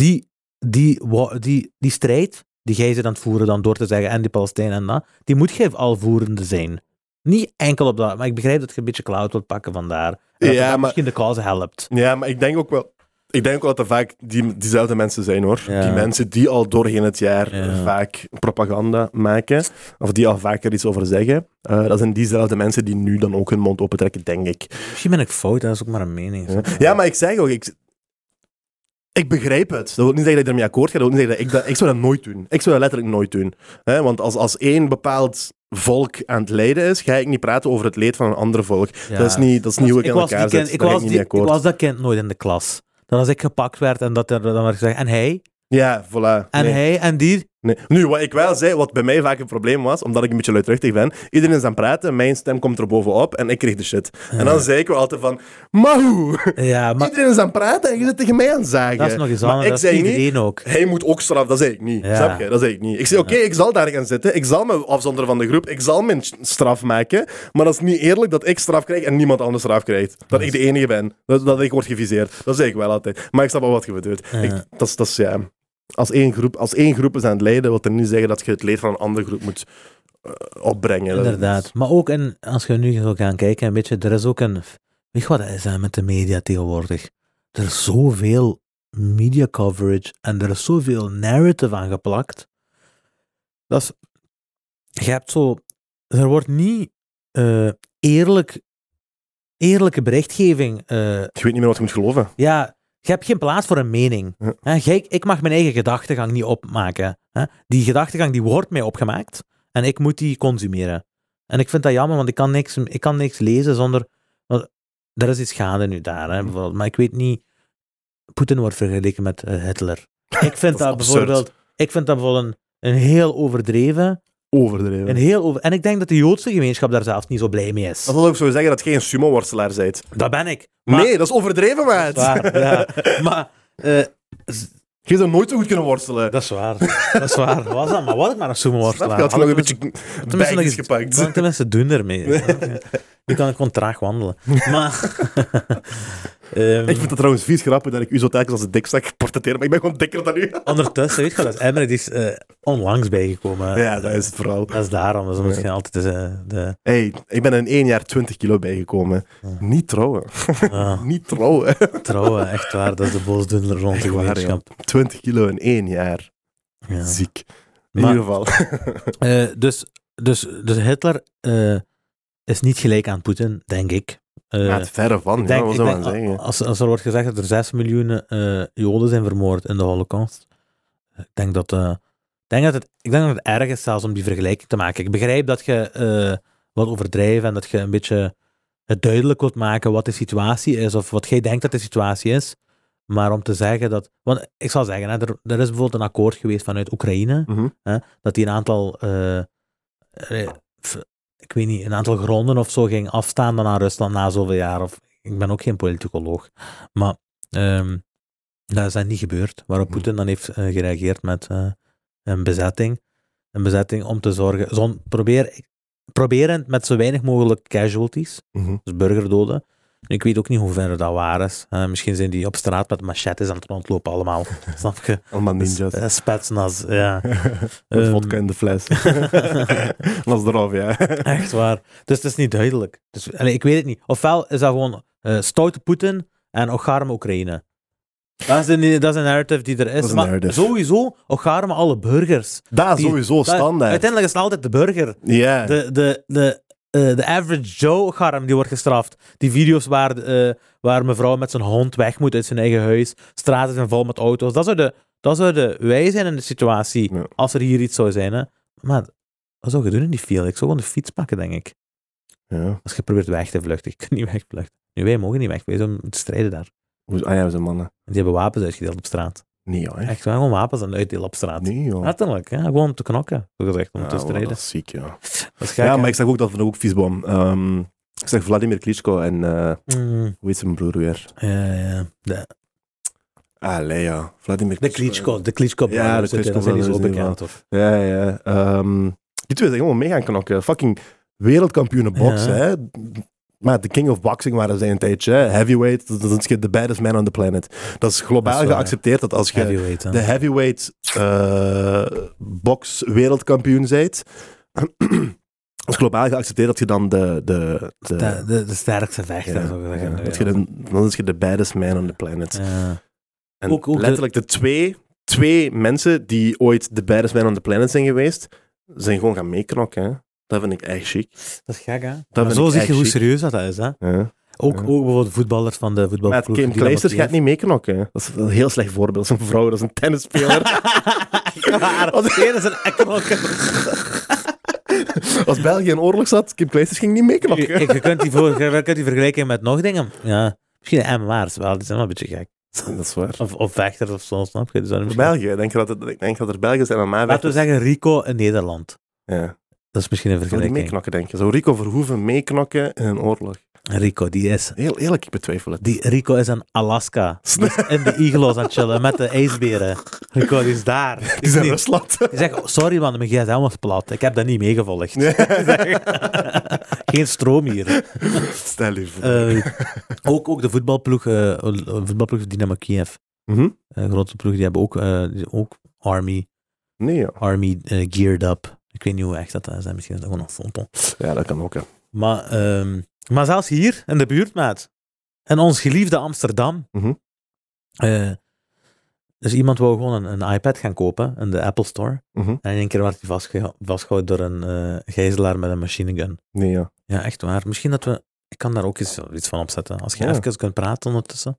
die strijd die jij zit aan het voeren dan door te zeggen en die Palestijnen en dat, die moet jij al voerende zijn. Niet enkel op dat, maar ik begrijp dat je een beetje cloud wilt pakken vandaar. En dat misschien de cause helpt. Ja, maar ik denk ook wel... Ik denk wel dat er vaak diezelfde mensen zijn, hoor. Ja. Die mensen die al doorheen het jaar vaak propaganda maken, of die al vaker iets over zeggen. Dat zijn diezelfde mensen die nu dan ook hun mond opentrekken, denk ik. Misschien ben ik fout, dat is ook maar een mening. Ja, maar ik zeg ook, ik begrijp het. Dat wil niet zeggen dat ik ermee akkoord ga. Dat wil niet zeggen dat ik zou dat nooit doen. Ik zou dat letterlijk nooit doen. Want als één bepaald volk aan het lijden is, ga ik niet praten over het leed van een ander volk. Ja. Dat is niet hoe ik in elkaar zit. Ik was dat kind nooit in de klas. Dat als ik gepakt werd en dat er dan werd gezegd, en hij? Ja, voilà. En hij? En die? Nee. Nu, wat ik wel zei, wat bij mij vaak een probleem was, omdat ik een beetje luidruchtig ben, iedereen is aan het praten, mijn stem komt er bovenop en ik kreeg de shit. En dan zei ik wel altijd van, maar hoe? Ja, maar iedereen is aan het praten en je zit tegen mij aan het zagen. dat is nog eens Maar anders, ik dat zei is iedereen niet, ook. hij moet ook straf, dat zei ik niet. Ja. Snap je? Dat zei ik niet. Ik zei, oké, ik zal daar gaan zitten, ik zal me afzonderen van de groep, ik zal mijn straf maken, maar dat is niet eerlijk dat ik straf krijg en niemand anders straf krijgt. Dat ik de enige ben. Dat ik word geviseerd. Dat zei ik wel altijd. Maar ik snap wel wat je bedoelt. Ja. Dat is, ja... Als één groep is aan het lijden, wil dat niet zeggen dat je het leed van een andere groep moet opbrengen. Inderdaad. Maar ook, als je nu zou gaan kijken, een beetje, er is ook een... Weet je wat dat is met de media tegenwoordig? Er is zoveel media coverage en er is zoveel narrative aan geplakt. Dat is... Je hebt zo... Er wordt niet eerlijke berichtgeving... Je weet niet meer wat je moet geloven. Ja... Je hebt geen plaats voor een mening. Ja. Ik mag mijn eigen gedachtegang niet opmaken. Die gedachtegang die wordt mij opgemaakt en ik moet die consumeren. En ik vind dat jammer, want ik kan niks lezen zonder... Er is iets gaande nu daar, bijvoorbeeld. Maar ik weet niet... Poetin wordt vergeleken met Hitler. Ik vind dat bijvoorbeeld een heel overdreven... En ik denk dat de Joodse gemeenschap daar zelfs niet zo blij mee is. Dat wil ook zo zeggen dat je geen sumo-worstelaar bent. Dat ben ik. Maar, nee, dat is overdreven, maat. Dat is waar, ja. Maar... je zou nooit zo goed kunnen worstelen. Dat is waar. Was dat? Maar was ik maar een sumo-worstelaar? Je had nog een beetje bijtjes gepakt. Tenminste, doen ermee. Nu kan ik gewoon traag wandelen. Maar... ik vind het trouwens vies grappig dat ik u zo telkens als een dikstak portretteer, maar ik ben gewoon dikker dan u. Ondertussen, weet je dat Emre die is onlangs bijgekomen. Ja, dat is het vooral. Dat is daarom. Dus moet je altijd Hey, ik ben in 1 jaar 20 kilo bijgekomen. Niet trouwen. Niet trouwen. Trouwen, echt waar. Dat is de boosdoener rond de gemeenschap. 20 kilo in 1 jaar. Ja. Ziek. In ieder geval. Dus Hitler is niet gelijk aan Poetin, denk ik. Het verre van, wat zou man zeggen? Als er wordt gezegd dat er 6 miljoen Joden zijn vermoord in de Holocaust, ik denk dat het erg is zelfs om die vergelijking te maken. Ik begrijp dat je wat overdrijft en dat je een beetje het duidelijk wilt maken wat de situatie is of wat jij denkt dat de situatie is. Maar om te zeggen dat... Want ik zal zeggen, er is bijvoorbeeld een akkoord geweest vanuit Oekraïne, dat die een aantal... ik weet niet, een aantal gronden of zo ging afstaan dan aan Rusland na zoveel jaar. Of, ik ben ook geen politicoloog. Maar dat is dan niet gebeurd. Waarop Poetin dan heeft gereageerd met een bezetting. Een bezetting om te zorgen... Proberend met zo weinig mogelijk casualties. Dus burgerdoden. Ik weet ook niet hoe ver dat waar is. Misschien zijn die op straat met machetes aan het rondlopen allemaal. Snap je? Allemaal ninjas. Spetsnaz, ja. Met vodka in de fles. Dat is eraf, ja. Echt waar. Dus het is niet duidelijk. Dus, ik weet het niet. Ofwel is dat gewoon stoute Poetin en ocharme Oekraïne. Dat is een narrative die er is. Maar sowieso ocharme alle burgers. Dat is sowieso standaard. Uiteindelijk is het altijd de burger. Ja. De average Joe garm die wordt gestraft. Die video's waar mevrouw met zijn hond weg moet uit zijn eigen huis. Straten zijn vol met auto's. Dat zouden wij zijn in de situatie als er hier iets zou zijn. Hè. Maar wat zou je doen in die file? Ik zou gewoon de fiets pakken, denk ik. Ja. Als je probeert weg te vluchten. Ik kan niet wegvluchten. Nu, wij mogen niet weg. Wij moeten strijden daar. We zijn mannen. Die hebben wapens uitgedeeld op straat. Nee, hoor. Echt gewoon wapens aan het uitdelen op straat. Nee, joh. Letterlijk, ja. Gewoon om te knokken. Zo gezegd, om te strijden. Dat is ziek, ja. Dat is gek, ja, maar ik zag ook dat van ook viesboom. Ik zag Vladimir Klitschko en hoe heet zijn broer weer? Ja. Allee, ja. Vladimir Klitschko. De Klitschko. Ja, de Klitschko. Dat zijn niet zo bekend, toch? Ja. Die twee zijn gewoon mee gaan knokken. Fucking wereldkampioenen boksen, hè. Maar de king of boxing waren zij een tijdje. Heavyweight, dat is de baddest man on the planet. Dat is globaal geaccepteerd dat als je de heavyweight box wereldkampioen bent, is globaal geaccepteerd dat je dan de sterkste vechter. Dan is je de baddest man on the planet. Ja. En Ook letterlijk de twee mensen die ooit de baddest man on the planet zijn geweest, zijn gewoon gaan meeknokken. Hè. Dat vind ik echt chic. Dat is gek, hè? Dat Maar vind zo ik zie echt je hoe chic. serieus dat is, hè? Ja. Ook bijvoorbeeld voetballers van de Maar voetbalploeg. Kim die Kleisters dat gaat niet meeknokken. Hè. Dat is een heel slecht voorbeeld. Dat is een vrouw, dat is een tennisspeler. Dat is een eknokker. Als België in oorlog zat, Kim Kleisters ging niet meeknokken. Je kunt die vergelijken met nog dingen. Ja, misschien MMA'ers wel, die zijn wel een beetje gek. Dat is waar. Of vechters of zo, snap je? Dus dan Voor misschien- België. Ik denk dat er België zijn aan mij Laten we zeggen Rico in Nederland. Ja. Dat is misschien een Zou die vergelijking. meeknokken, denk je? Zou Rico Verhoeven meeknokken in een oorlog? Rico, die is... Heel eerlijk, ik betwijfel het. Rico is in Alaska. Die is in de iglo's aan het chillen met de ijsberen. Rico, die is daar. Die Die is in niet- Rusland. die zegt, oh, sorry man, mijn gsm was plat. Ik heb dat niet meegevolgd. Geen stroom hier. Stel je voor. Ook de voetbalploeg Dynamo Kiev. Mhm. Grote ploeg, die hebben ook Army Nee, ja. geared up. Ik weet niet hoe echt dat is. Hè. Misschien is dat gewoon een foto. Ja, dat kan ook, hè. Maar zelfs hier, in de buurt, maat. In ons geliefde Amsterdam. Mhm. Dus iemand wou gewoon een iPad gaan kopen in de Apple Store. Mhm. En in één keer werd hij vastgehouden door een gijzelaar met een machinegun. Nee, ja. Ja, echt waar. Misschien dat we... Ik kan daar ook iets van opzetten. Als je Ja. even kunt praten ondertussen.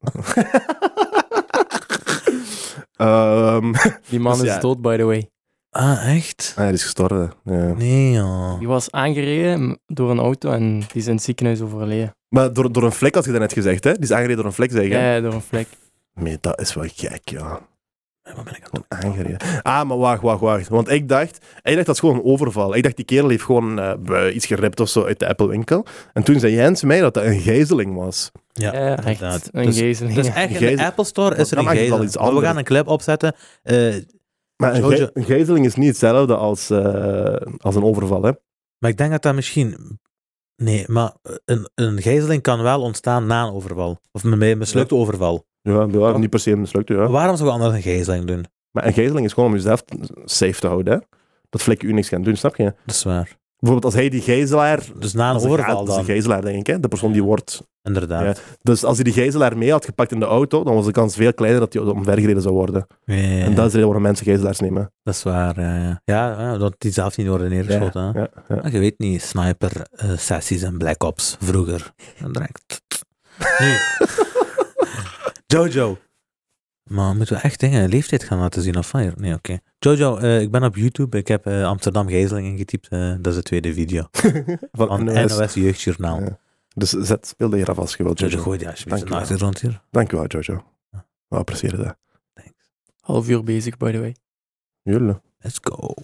Die man Dus is ja. dood, by the way. Ah, echt? Hij is gestorven. Ja. Nee, joh. Die was aangereden door een auto en die is in het ziekenhuis overleden. Maar door een vlek had je net gezegd, hè? Die is aangereden door een vlek, zeg je? Ja, door een vlek. Nee, dat is wel gek, ja. Wat ben ik aan het Gewoon doen? aangereden. Ah, maar wacht. Want ik dacht dat is gewoon een overval. Ik dacht, die kerel heeft gewoon iets geript of zo uit de Apple-winkel. En toen zei Jens mij dat een gijzeling was. Ja, Echt inderdaad. een Dus- gijzeling. Dus echt in de Gijzel- Apple Store is er Dan een mag het wel gijzeling. iets Maar we anders. gaan een clip opzetten. Maar Jojo. een gijzeling is niet hetzelfde als een overval, hè? Maar ik denk dat dat misschien... Nee, maar een gijzeling kan wel ontstaan na een overval. Of een mislukte overval. Ja, niet per se mislukt, ja. Waarom zou je anders een gijzeling doen? Maar een gijzeling is gewoon om jezelf safe te houden, hè? Dat vlek u niks gaan doen, snap je? Dat is waar. Bijvoorbeeld als hij die gijzelaar... Dus na een dat overval is een dan. gijzelaar, denk ik, hè? De persoon die wordt... Inderdaad. Ja. Dus als hij die gijzelaar mee had gepakt in de auto, dan was de kans veel kleiner dat hij omvergereden zou worden. Ja, En dat is de reden waarom mensen gijzelaars nemen. dat is waar, ja. Ja, dat die zelf niet worden neergeschoten. hè. Ja. Maar je weet niet, sniper-sessies en Black Ops vroeger. Dan direct. Nu. Jojo. Maar moeten we echt dingen leeftijd gaan laten zien of fire? Nee, oké. Jojo, ik ben op YouTube. Ik heb Amsterdam gijzeling ingetypt. Dat is de tweede video. Van NOS Jeugdjournaal. Ja. Dus speel de hier af als je wilt, Jojo, Jojo. gooi die alsjeblieft Dank je een achtergrond hier. Dank je wel, Jojo. We appreciëren dat. Thanks. Half uur bezig, by the way. Jullie. Let's go.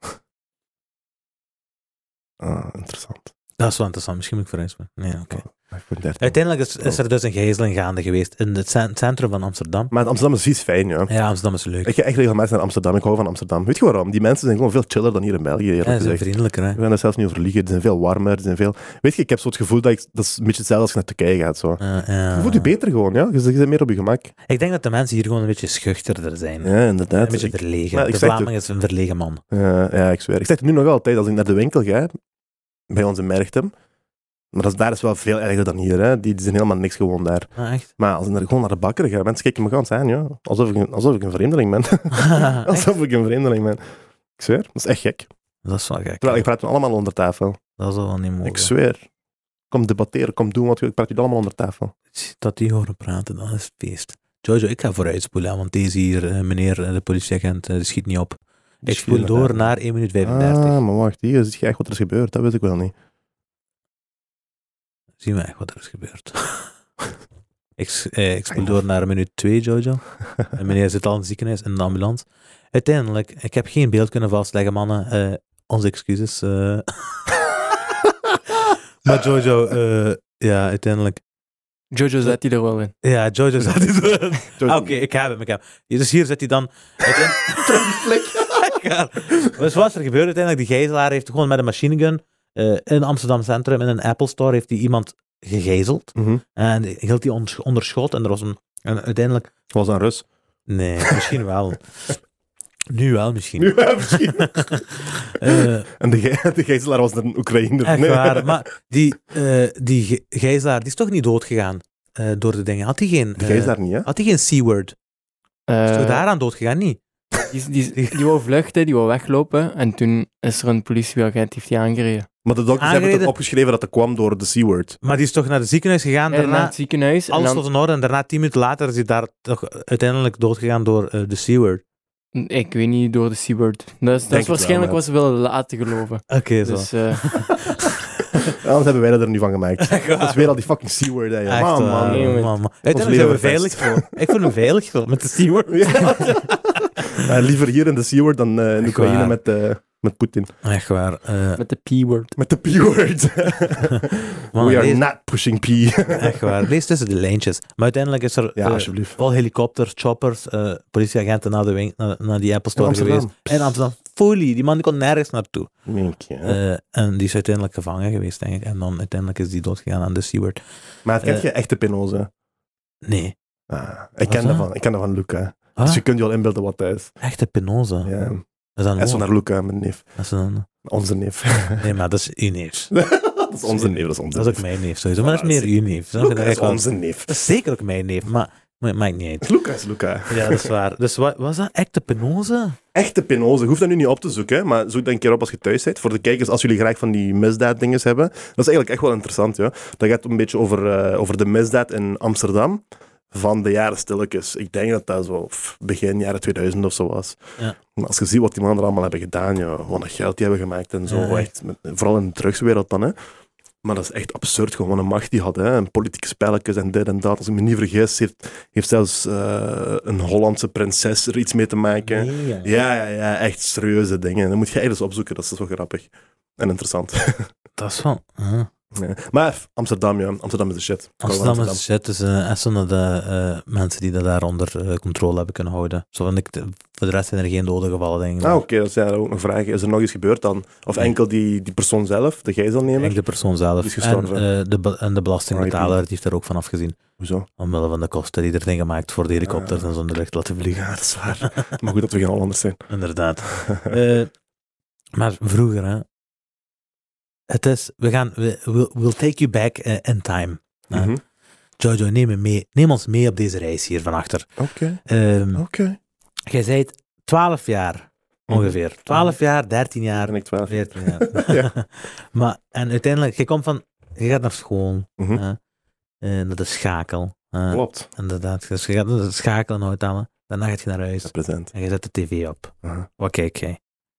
Ah, interessant. Dat is wel interessant. Misschien moet ik verhuizen. Nee, oké. Ik vind 13. Uiteindelijk is er dus een gijzeling gaande geweest in het centrum van Amsterdam. Maar Amsterdam is vies fijn, ja. Ja, Amsterdam is leuk. Ik ga echt regelmatig naar Amsterdam. Ik hou van Amsterdam. Weet je waarom? Die mensen zijn gewoon veel chiller dan hier in België, eerlijk Ja, ze zijn gezegd. vriendelijker, hè. We gaan er zelfs niet over liegen. Die zijn veel warmer. Die zijn veel... Weet je, ik heb zo het gevoel dat is een beetje hetzelfde als je naar Turkije gaat. Zo. Je voelt je beter gewoon, ja. Je bent meer op je gemak. Ik denk dat de mensen hier gewoon een beetje schuchterder zijn. Ja, inderdaad. Een beetje verlegen. maar ik De zeg Vlaming is een verlegen man. Ja, ik zweer. Ik zeg het nu nog altijd, als ik naar de winkel ga, bij ons in Merchtem, maar daar is wel veel erger dan hier. Hè. Die zijn helemaal niks gewoon daar. Ah, echt? Maar als ik gewoon naar de bakker ga, mensen kijken me gewoon aan, ja. Alsof ik een vreemdeling ben. Echt? Alsof ik een vreemdeling ben. Ik zweer, dat is echt gek. Dat is wel gek. Terwijl ik praat me allemaal onder tafel. Dat zou wel niet mogen. Ik zweer. Kom debatteren, kom doen wat je... Ik praat je allemaal onder tafel. Dat die horen praten, dat is feest. Jojo, ik ga vooruitspoelen, hè, want deze hier, meneer de politieagent, die schiet niet op. Ik spoel door naar 1 minuut 35. Ah, maar wacht, hier zie je echt wat er is gebeurd. Dat weet ik wel niet. Zien we echt wat er is gebeurd. Ik spoel door naar minuut 2, Jojo. En meneer zit al in het ziekenhuis, in de ambulance. Uiteindelijk, ik heb geen beeld kunnen vastleggen, mannen. Onze excuses. Maar Jojo, ja, uiteindelijk. Jojo zet die er wel in. Ja, Jojo zat hij erin. Oké, ik heb hem. Dus hier zit hij dan. Ja. Dus wat is er gebeurd uiteindelijk? Die gijzelaar heeft gewoon met een machinegun in Amsterdam Centrum, in een Apple Store, heeft hij iemand gegijzeld. Mhm. En hield hij onder schot. En er was en uiteindelijk... Was een Rus. Nee, misschien wel. Nu wel, misschien. Nu wel misschien. Eh, En de gijzelaar was een Oekraïner. Echt Nee. waar. Maar die gijzelaar, die is toch niet dood gegaan door de dingen. Had hij geen... De gijzelaar niet, hè? had hij geen C-word? Is toch daaraan doodgegaan? Niet? Die wou vluchten, die wou weglopen. En toen is er een politieagent, heeft die aangereden. Maar de dokters hebben Aangereden? toch opgeschreven dat dat kwam door de C-word. Maar die is toch naar het ziekenhuis gegaan Naar daarna? het ziekenhuis. Alles en tot in orde en daarna 10 minuten later is hij daar toch uiteindelijk doodgegaan door de C-word. dan, ik weet niet, door de C-word. Dat het wel, is waarschijnlijk maar- wat ze willen laten geloven. Oké, zo. Dus Anders hebben wij dat er nu van gemaakt. Dat is weer al die fucking C-word. Hè, Echt man, waar, man. Nee, man. Uiteindelijk zijn we veilig voor. Ik voel me veilig voor met de C-word. Ja, liever hier in de C-word dan in Echt Oekraïne waar. met Poetin. Echt waar. met de P-word. Met de P-word. Man, We are lees- not pushing P. Echt waar. Lees tussen de lijntjes. Maar uiteindelijk is er Ja, alsjeblieft. wel helikopters, choppers, politieagenten naar die Apple Store In Amsterdam. geweest. In Amsterdam. Folie. Die man die kon nergens naartoe. Mink, ja. En die is uiteindelijk gevangen geweest, denk ik. En dan uiteindelijk is die doodgegaan aan de C-word. Maar het kent je echte Pinoza? Nee. Ik ken dat? dat van Luca. Ah, Dus je kunt je wel inbeelden wat dat is. echte Pinoza. Ja. Is dat En een zo woord? naar Luca, mijn neef. Dat is een- Onze neef. Nee, maar dat is uw neef. Dat is onze neef. Dat is onze Dat is ook neef. mijn neef, sowieso. Maar dat is meer uw neef. Snap je? Luca Dat is wel- onze neef. Dat is zeker ook mijn neef, maar maakt niet uit. Luca is Luca. Ja, dat is waar. Dus wat was dat? Echte Pinoza? Echte Pinoza. Je hoeft dat nu niet op te zoeken, hè, maar zoek dat een keer op als je thuis bent. Voor de kijkers, als jullie graag van die misdaaddinges hebben. Dat is eigenlijk echt wel interessant. Ja. Dat gaat een beetje over de misdaad in Amsterdam van de jaren stilletjes. Ik denk dat dat zo begin jaren 2000 of zo was. Ja. Maar als je ziet wat die mannen er allemaal hebben gedaan, ja, wat een geld die hebben gemaakt en zo. Ja, echt, vooral in de drugswereld dan. Hè. Maar dat is echt absurd, gewoon een macht die had. Hè. En politieke spelletjes en dit en dat. Als ik me niet vergis, heeft zelfs een Hollandse prinses er iets mee te maken. Nee, Ja, echt serieuze dingen. Dan moet je eens opzoeken, dat is zo grappig. En interessant. Dat is wel... Ja. Maar Amsterdam, ja. Amsterdam is de shit. Amsterdam is shit, dus echt zo'n de mensen die dat daar onder controle hebben kunnen houden. Zo van voor de rest zijn er geen doden gevallen, denk ik. Ah, oké, dat zijn er ook nog vragen. Is er nog iets gebeurd dan? Of Nee. enkel die persoon zelf, de gijzelnemer? Denk de persoon zelf. Die is gestorven. En de belastingbetaler die heeft er ook van afgezien. Hoezo? Omwille van de kosten die er zijn gemaakt voor de helikopters en zo in de lucht laten vliegen. Ja, dat is waar. Maar goed dat we geen Hollanders zijn. Inderdaad. Maar vroeger, hè. Het is, we'll take you back in time. Mhm. Jojo, neem ons mee op deze reis hier van achter. Oké. Jij zei 12 jaar, ongeveer. 12 jaar, 13 jaar, Ben ik 12? 14 jaar. Ja. Maar, en uiteindelijk, je gaat naar school, Mhm. naar de schakel. Klopt. Inderdaad, dus je gaat naar de schakel en houtellen. Daarna ga je naar huis Present. en je zet de tv op. Aha. Wat kijk jij?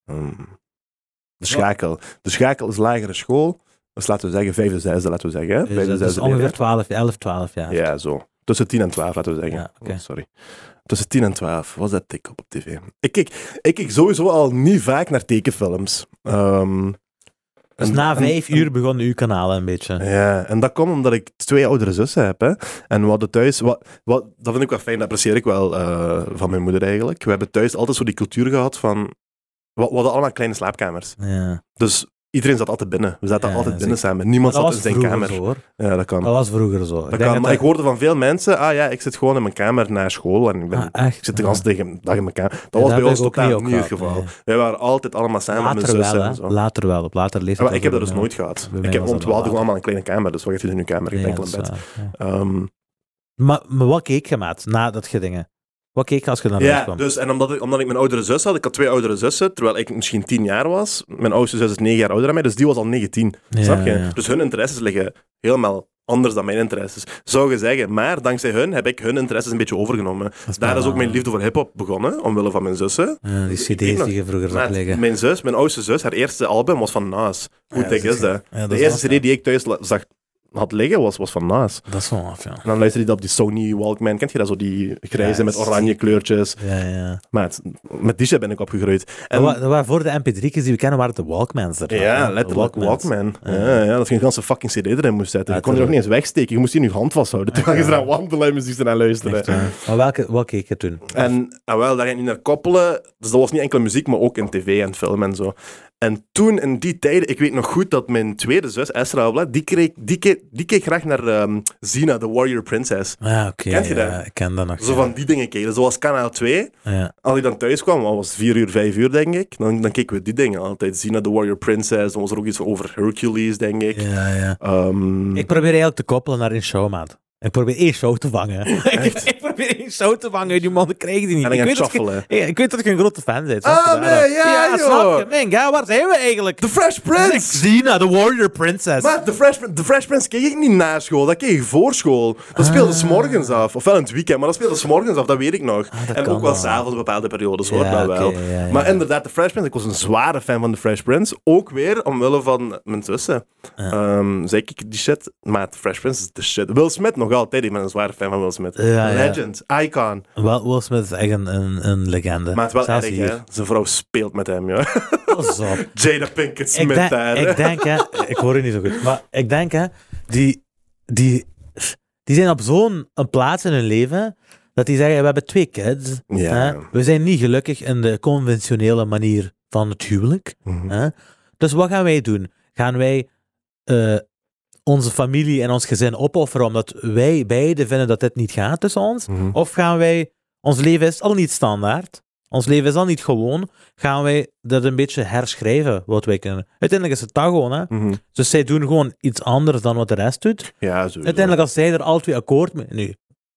De schakel. De schakel is lagere school. Dus laten we zeggen, vijfde, zesde, laten we zeggen. Hè? Dus Vijfde, dat is zesde ongeveer leerjaar. 12 jaar. Ja, zo. Tussen 10 en 12, laten we zeggen. Ja, oké. Oh, sorry. Tussen 10 en 12 was dat tik op tv. Ik keek sowieso al niet vaak naar tekenfilms. Dus na 5 uur begon uw kanaal een beetje. Ja, en dat komt omdat ik 2 oudere zussen heb. Hè. En we hadden thuis... dat vind ik wel fijn, dat apprecieer ik wel van mijn moeder eigenlijk. We hebben thuis altijd zo die cultuur gehad van... We hadden allemaal kleine slaapkamers. Ja. Dus iedereen zat altijd binnen. We zaten Ja, altijd binnen zeker. samen. Niemand Dat zat was in zijn vroeger kamer. zo, hoor. Ja, dat kan. Dat was vroeger zo. Dat denk kan. Maar dat- ik hoorde van veel mensen, ik zit gewoon in mijn kamer na school en echt? ik zit de hele dag in mijn kamer. Dat Ja, was dat bij heb ons ik ook totaal niet niet het gehad, geval. nee. Wij waren altijd allemaal samen met mijn Later zussen wel, en hè. zo. Later wel. Op later leeftijd. Maar ik heb dat dus wel. nooit gehad. Bij mij We was dat hadden wel gewoon allemaal een kleine kamer, dus wat heeft u in uw kamer? Je Ja, hebt enkel dat een is bed. waar, ja. Maar wat keek je, maat, nadat je dingen? Wat keek je als je naar huis Ja, kwam? dus, en omdat ik mijn oudere zus had, ik had 2 oudere zussen, terwijl ik misschien 10 jaar was. Mijn oudste zus is 9 jaar ouder dan mij, dus die was al 19. Ja, Snap je? ja. Dus hun interesses liggen helemaal anders dan mijn interesses. Zou je zeggen, maar dankzij hun heb ik hun interesses een beetje overgenomen. Daar wel is ook mijn waar. liefde voor hip-hop begonnen, omwille van mijn zussen. Ja, die weet cd's nog. die je vroeger zag Maar liggen. mijn oudste zus, haar eerste album was van Nas. Hoe Ja, dik dat is dat? Ja, dat De is eerste af, cd die ik thuis zag had liggen, was van Nas. Dat is wel af, ja. En dan luisterde hij op die Sony Walkman. Kent je dat? Zo die grijze Ja, met oranje kleurtjes. Ja. Maar met die shit ben ik opgegroeid. En, Dat waren voor de mp3'tjes die we kennen, waren het de Walkmans er. ja, De letterlijk Walkmans. Walkman. Ja, dat je een ganse fucking cd erin moest zetten. Je kon die nog Letterlijk. niet eens wegsteken. Je moest die in je hand vasthouden. Terwijl je eraan wandelen en muziek eraan luisteren. Echt, ja. Maar wat keek je toen? En wel, daar ga je niet naar koppelen. Dus dat was niet enkel muziek, maar ook in tv en film en zo. En toen, in die tijden, ik weet nog goed dat mijn tweede zus, Esra, die keek graag naar Xena, the Warrior Princess. Ja, oké. Kent je dat? Ja, ik ken dat nog. Zo van die dingen keken. Zoals Kanaal 2. Ja. Als ik dan thuis kwam, wat was het, 4 uur, 5 uur, denk ik. Dan keken we die dingen altijd. Xena, the Warrior Princess. Dan was er ook iets over Hercules, denk ik. Ja. Ehm, Ik probeer eigenlijk te koppelen naar In Show, maat. Ik probeer één show te vangen. ik probeer één show te vangen. Die man krijg je die niet. En Ik dan weet, gaan dat je, chaffelen. ik weet dat je een grote fan bent. Nee, ja, snap je? joh. Man, ja, waar zijn we eigenlijk? The Fresh Prince! Xena, the Warrior Princess. Maar The Fresh Prince keek ik niet na school, dat keek ik voor school. Dat speelde 's morgens af. Ofwel in het weekend, maar dat speelde 's morgens af, dat weet ik nog. dat En kan ook wel wel. 's avonds bepaalde periodes, hoor, Ja, dat wel. oké, ja. Maar inderdaad, The Fresh Prince, ik was een zware fan van The Fresh Prince. Ook weer omwille van mijn zussen. Zei ik die shit, maar The Fresh Prince is de shit. Will Smith nog altijd, ik ben een zware fan van Will Smith. Ja. Legend, icon. Will Smith is echt een legende. Maar het is wel Zelfs erg, hier. hè. Zijn vrouw speelt met hem, ja. Pas op. Jada Pinkett Ik Smith daar. ik denk, hè, ik hoor je niet zo goed, maar ik denk, hè, die zijn op zo'n een plaats in hun leven dat die zeggen, we hebben 2 kids. Ja. Hè? We zijn niet gelukkig in de conventionele manier van het huwelijk. Mhm. Hè? Dus wat gaan wij doen? Gaan wij onze familie en ons gezin opofferen omdat wij beiden vinden dat dit niet gaat tussen ons? Mhm. Of gaan wij, ons leven is al niet standaard, ons leven is al niet gewoon, gaan wij dat een beetje herschrijven wat wij kunnen? Uiteindelijk is het dat gewoon, hè? Mhm. Dus zij doen gewoon iets anders dan wat de rest doet. Ja, sowieso. Uiteindelijk, als zij er al 2 akkoord mee... Nu,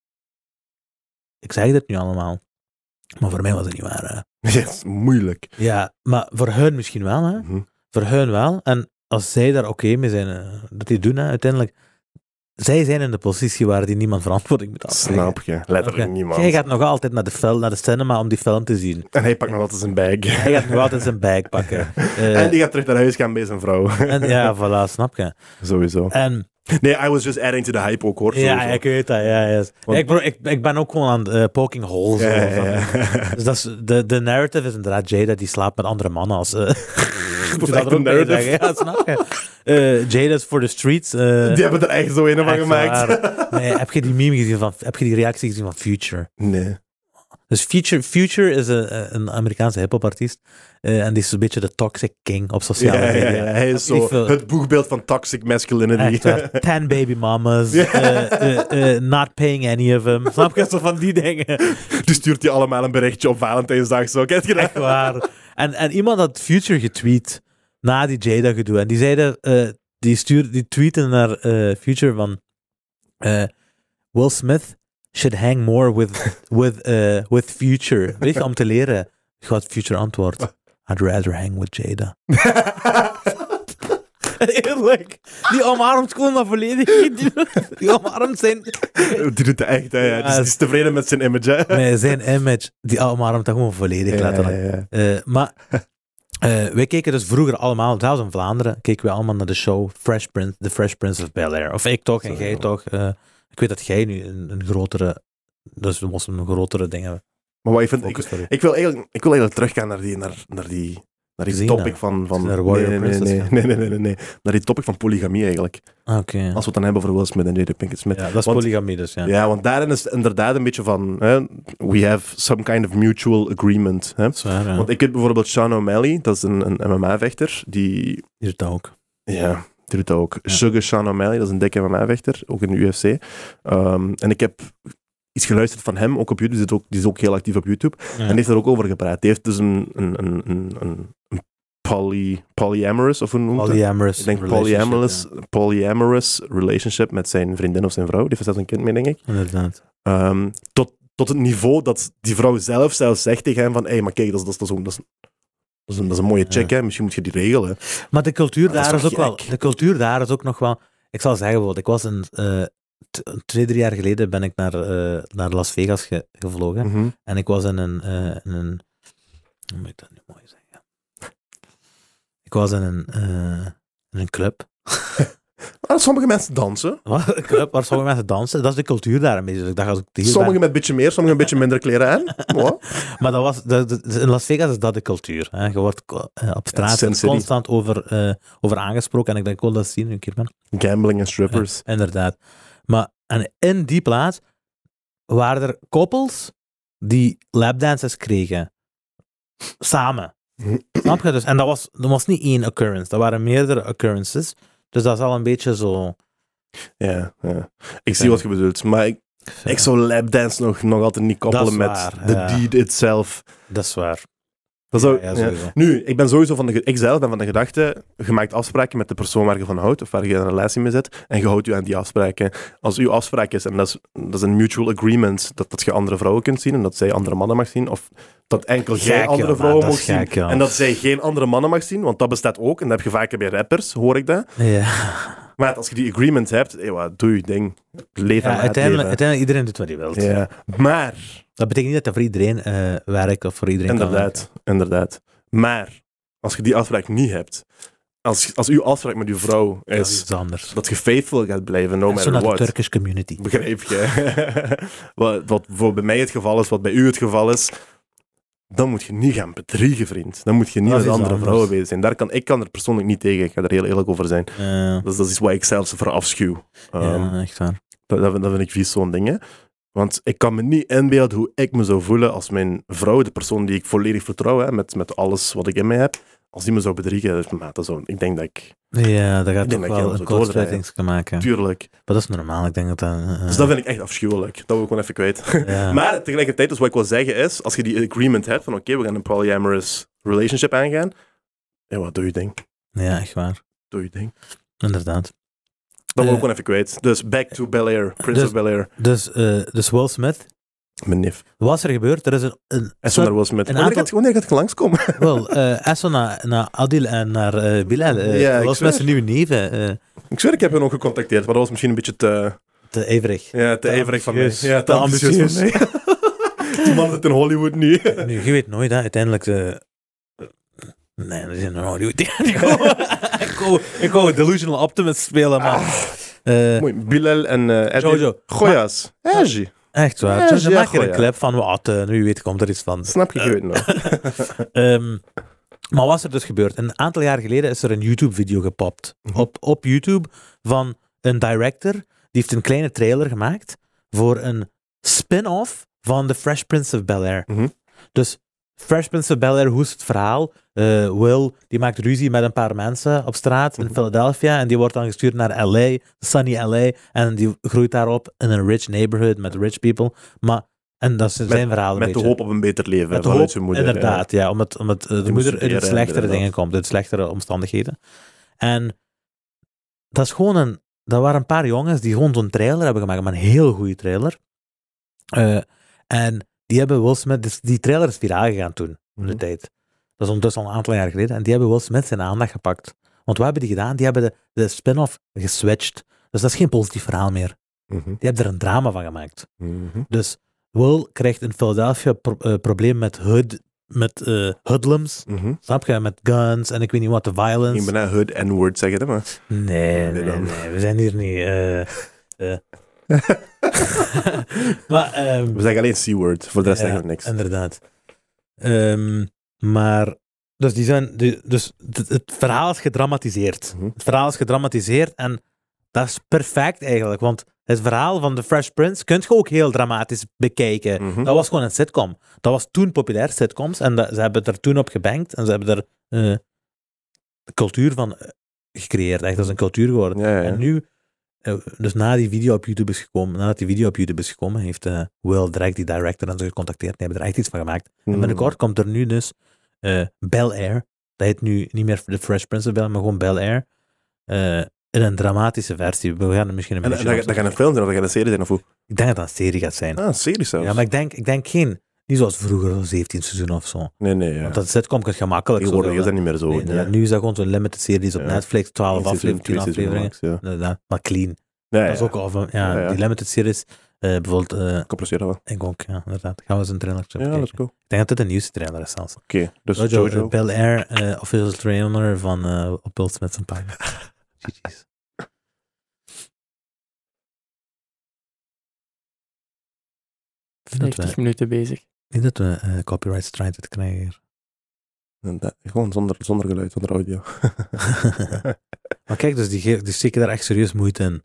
ik zeg dit nu allemaal, maar voor mij was het niet waar, hè? Ja, het is moeilijk. Ja, maar voor hun misschien wel, hè? Mhm. Voor hun wel. En als zij daar oké mee zijn, dat die doen, hè, uiteindelijk... Zij zijn in de positie waar die niemand verantwoording moet afleggen. Snap je, letterlijk Oké. niemand. Jij gaat nog altijd naar de cinema om die film te zien. En hij pakt nog altijd zijn bag. Hij gaat nog altijd zijn bag pakken. En die gaat terug naar huis gaan bij zijn vrouw. en ja, voilà, snap je. Sowieso. En Nee, I was just adding to the hype ook, hoor. ja, sowieso. ik weet dat, ja. Yes. Want- Ik ben ook gewoon aan poking holes. Ja, ja, ja. Dus dat is, de narrative is inderdaad Jada die slaapt met andere mannen als... Dat is echt er een ook bij narrative. zeggen. Ja, snap je. Jada's for the streets. Die hebben er echt zo een van echt gemaakt. waar. Nee, heb je die meme gezien van... Heb je die reactie gezien van Future? Nee. Dus Future is een Amerikaanse hip-hop-artiest. En die is een beetje de toxic king op sociale Ja, media. ja, ja. Hij is Ik zo wil- het boegbeeld van toxic masculinity. Echt waar. 10 baby mamas. Not paying any of them. Snap je? Zo van die dingen. Die stuurt je allemaal een berichtje op Valentijnsdag. Zo, kijk je dat? Echt waar. En iemand had Future getweet na die Jada gedoe. En die zeiden, die tweette naar Future van Will Smith should hang more with Future. Weet je, om te leren. Gaat Future antwoord. I'd rather hang with Jada. Eerlijk. Die omarmt gewoon dat volledig. Die omarmt zijn... Die doet het echt, hè. Ja. Die is tevreden met zijn image, hè. Met zijn image. Die omarmt dat gewoon volledig, letterlijk. Ja. Maar wij keken dus vroeger allemaal, zelfs in Vlaanderen, keken we allemaal naar de show The Fresh Prince of Bel-Air. Of ik toch, en jij toch. Ik weet dat jij nu een grotere, dus we moesten een grotere ding hebben. Maar wat ik vind, Focus voor u. ik wil eigenlijk teruggaan naar die Xena. topic van Naar Warrior Princess gaan. nee. Naar die topic van polygamie eigenlijk. Oké. Als we het dan hebben over Will Smith en Jada Pinkett Smith. Ja, dat is Want- polygamie dus, ja. Ja, want daarin is het inderdaad een beetje van... we have some kind of mutual agreement. Hè? Dat is waar, ja. Want ik heb bijvoorbeeld Sean O'Malley, dat is een MMA-vechter, die... Die doet dat ook. Ja, die doet dat ook. Ja. Sugar Sean O'Malley, dat is een dikke MMA-vechter, ook in de UFC. En ik heb iets geluisterd van hem, ook op YouTube. Die is ook heel actief op YouTube. Ja. En die heeft er ook over gepraat. Die heeft dus een polyamorous, of hoe noemt het? Polyamorous. Ik denk relationship, polyamorous relationship met zijn vriendin of zijn vrouw. Die heeft zelfs een kind mee, denk ik. ja. Inderdaad. Tot het niveau dat die vrouw zelf zegt tegen hem van, hé, maar kijk, dat is een mooie chick, hè. Misschien moet je die regelen. Maar de cultuur Dat is daar is toch ook wel... gek? De cultuur daar is ook nog wel... Ik zal zeggen, bijvoorbeeld, ik was 2-3 jaar geleden ben ik naar Las Vegas gevlogen. Mhm. En ik was in een hoe moet ik dat nu mooi zeggen? Ik was in een club. Maar sommige mensen dansen. Wat? Een club waar sommige mensen dansen. Dat is de cultuur daar een beetje. Dus ik dacht, als ik hier Sommigen met een beetje meer, sommigen een beetje minder kleren aan. Wat? Maar dat was, in Las Vegas is dat de cultuur. Hè. Je wordt op straat Sin City. constant over aangesproken. En ik wil dat zien een keer ben. Gambling en strippers. Ja, inderdaad. Maar en in die plaats waren er koppels die lapdances kregen. Samen. Snap je? Dus, en dat was niet één occurrence. Dat waren meerdere occurrences. Dus dat is al een beetje zo... Ja. Ik zie wat je bedoelt. Maar ik zou lapdance nog altijd niet koppelen Dat is met waar, the ja. deed itself. Dat is waar. Dat zou, Ja, sowieso. Nu, ik ben sowieso ik zelf ben van de gedachte, je maakt afspraken met de persoon waar je van houdt, of waar je een relatie mee zit, en je houdt je aan die afspraken. Als uw afspraak is, en dat is een mutual agreement, dat je andere vrouwen kunt zien, en dat zij andere mannen mag zien, of dat enkel jij andere vrouwen mag zien, en dat zij geen andere mannen mag zien, want dat bestaat ook, en dat heb je vaker bij rappers, hoor ik dat. Ja. Maar als je die agreement hebt, doe je ding. Leef aan het Uiteindelijk iedereen doet wat hij wil. Ja. Maar... Dat betekent niet dat dat voor iedereen werkt of voor iedereen kan werken. Inderdaad. Maar als je die afspraak niet hebt, als uw afspraak met uw vrouw is iets anders. dat je faithful gaat blijven, no Zo matter naar de what. Turkish community. Begrijp je? wat voor bij mij het geval is, wat bij u het geval is, dan moet je niet gaan bedriegen, vriend. Dan moet je niet Dat met is andere anders. vrouwen bezig zijn. Ik kan er persoonlijk niet tegen. Ik ga er heel eerlijk over zijn. Ja, Dat is wat ik zelfs verafschuw. echt waar. Dat vind ik vies, zo'n dingen. Want ik kan me niet inbeelden hoe ik me zou voelen als mijn vrouw, de persoon die ik volledig vertrouw, hè, met alles wat ik in mij heb, als die me zou bedriegen. Ik denk dat ik... Ja, dat gaat Ik denk toch dat ik wel heel een zo kortsluiting maken. Tuurlijk. Maar dat is normaal. Ik denk dat dat... Dus dat vind ik echt afschuwelijk. Dat wil ik gewoon even kwijt. ja. Maar tegelijkertijd, dus wat ik wil zeggen is, als je die agreement hebt van oké, we gaan een polyamorous relationship aangaan, wat doe je ding? Ja, echt waar. Doe je ding. Inderdaad. Dat wil ik gewoon even kwijt. Dus back to Bel-Air, Prince of Bel-Air. Dus Will Smith, Mijn neef. wat is er gebeurd? Er is En zo naar Will Smith. een Wanneer gaat het langskomen? Wel, Esso naar Adil en naar Bilal. Ja, Will ik Smith zweer. zijn nieuwe neven. Ik zweer, ik heb hem nog gecontacteerd, maar dat was misschien een beetje Te ijverig. te ijverig van mij. ambitieus. Ja, te ambitieus van mij. Die man zit in Hollywood nu. Nu, je weet nooit, hè. Uiteindelijk... nee, dat is in Hollywood. Ik wou Delusional Optimist spelen, maar... Mooi, Bilal en Jojo. Goyas. Ergie. Echt waar. Ja, Ze ja, maken er een goh, ja. clip van, wie weet komt er iets van. Snap je goed nou? Maar wat is er dus gebeurd? Een aantal jaar geleden is er een YouTube-video gepopt. Op YouTube van een director. Die heeft een kleine trailer gemaakt voor een spin-off van The Fresh Prince of Bel-Air. Dus Fresh Prince of Bel-Air, hoe is het verhaal? Will, die maakt ruzie met een paar mensen op straat in Philadelphia en die wordt dan gestuurd naar LA, sunny LA, en die groeit daarop in een rich neighborhood met rich people. En dat is zijn verhaal een Met de beetje. hoop op een beter leven Met de vanuit hoop, zijn moeder. inderdaad, ja. Omdat de moeder in studeren, slechtere inderdaad. dingen komt, in slechtere omstandigheden. En dat is gewoon dat waren een paar jongens die gewoon zo'n trailer hebben gemaakt, maar een heel goede trailer. En die hebben Will Smith, dus die trailer is viraal gegaan toen, in de tijd. Dat is ondertussen al een aantal jaar geleden. En die hebben Will Smith zijn aandacht gepakt. Want wat hebben die gedaan? Die hebben de spin-off geswitcht. Dus dat is geen positief verhaal meer. Die hebben er een drama van gemaakt. Dus Will krijgt in Philadelphia probleem met hoodlums. Snap je? Met guns en ik weet niet wat, de violence. Ik ben een hood N-word zeggen, hè, maar... Nee, we zijn hier niet... maar, we zeggen alleen C-word, voor de rest zeggen we niks. Inderdaad. Maar, dus het verhaal is gedramatiseerd. Het verhaal is gedramatiseerd en dat is perfect eigenlijk, want het verhaal van The Fresh Prince kun je ook heel dramatisch bekijken. Dat was gewoon een sitcom. Dat was toen populair, sitcoms, en ze hebben er toen op gebankt en ze hebben er de cultuur van gecreëerd. Echt, dat is een cultuur geworden. Ja. En nu, dus nadat die video op YouTube is gekomen, heeft Will direct die director en zo gecontacteerd en die hebben er echt iets van gemaakt. En binnenkort komt er nu dus Bel-Air. Dat heet nu niet meer The Fresh Prince of Bel-Air, maar gewoon Bel-Air. In een dramatische versie. We gaan er misschien een beetje... Dat gaat een film zijn of dat gaat een serie zijn of hoe? Ik denk dat dat een serie gaat zijn. Een serie zelfs. Ja, maar ik denk geen... Niet zoals vroeger, 17 seizoenen of zo. Nee, ja. Want dat sitcom kan gemakkelijk zo. Tegenwoordig is dat niet meer zo. Nee. Nu is dat gewoon zo'n limited series op Netflix, 12 afleveringen, 10 afleveringen. Ja. Inderdaad, maar clean. Ja, Dat is ook al van, die limited series, bijvoorbeeld... Compresseer dat wel. Ik ook, ja, inderdaad. Gaan we eens een trailer Ja, let's go. Ik denk dat dit een nieuwste trailer is zelfs. Oké, dus Jojo. Bel-Air, official trailer van op Will Smith Empire. GG's. Niet dat 50 minuten bezig. Niet dat we copyright strijd krijgen hier. Gewoon zonder geluid, zonder audio. Maar kijk, dus die steken daar echt serieus moeite in.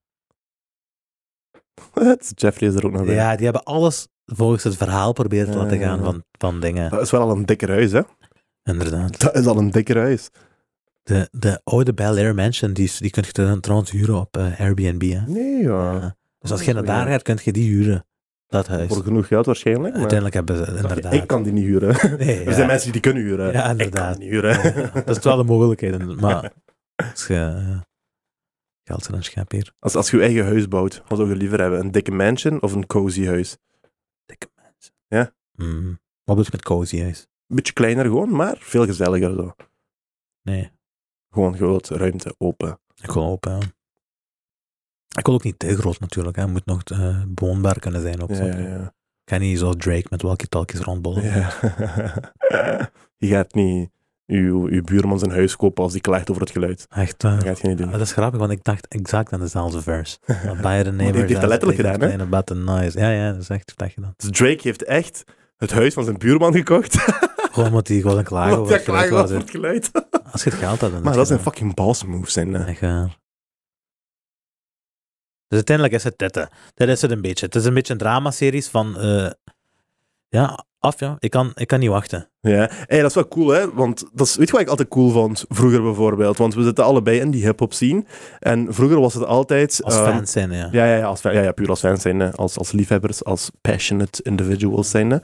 Jeffrey is er ook nog bij. Ja, die hebben alles volgens het verhaal proberen te laten gaan van dingen. Dat is wel al een dikker huis, hè? Inderdaad. Dat is al een dikker huis. De oude Bel-Air Mansion, die kun je trouwens huren op Airbnb. Hè? Nee, ja. Dus als je naar daar gaat, kun je die huren. Dat huis. Voor genoeg geld waarschijnlijk. Maar Uiteindelijk hebben ze inderdaad... ik kan die niet huren. Nee, Er zijn mensen die die kunnen huren. Ja, Ik inderdaad. kan die niet huren. Ja, dat is wel de mogelijkheid. Maar als je geld in een schep hier. Als je je eigen huis bouwt, wat zou je liever hebben? Een dikke mansion of een cozy huis? Dikke mensen. Ja? Wat bedoel je met cozy huis? Een beetje kleiner gewoon, maar veel gezelliger zo. Nee, Gewoon groot, ruimte, open. ik wil open. Ja. Ik wil ook niet te groot natuurlijk. Hè. Het moet nog bewoonbaar kunnen zijn. Ook, Ja, zo. ja, ja. Ik ga niet zoals Drake met walkie-talkies rondbollen. Ja. Je gaat niet je buurman zijn huis kopen als die klaagt over het geluid. Echt, Dat gaat je niet doen. dat is grappig, want ik dacht exact aan dezelfde verse. Bij de die heeft dat letterlijk gedaan, hè? About the noise. Ja, dat is echt dat gedaan. Dus Drake heeft echt het huis van zijn buurman gekocht. Gewoon omdat hij gewoon een klagen Omdat over hij het geluid klaagt was. over het geluid. Als je het geld had, dan Maar dat zijn fucking boss moves. Echt waar. Dus uiteindelijk is het dit. Dit is het een beetje. Het is een beetje een dramaseries van... ja. Ik kan niet wachten. Ja, hey, dat is wel cool, hè? Want dat is, weet je wat ik altijd cool vond? Vroeger bijvoorbeeld. Want we zitten allebei in die hip-hop scene. En vroeger was het altijd. Als fans zijn, ja. Ja, puur als fans zijn. Als liefhebbers, als passionate individuals zijn.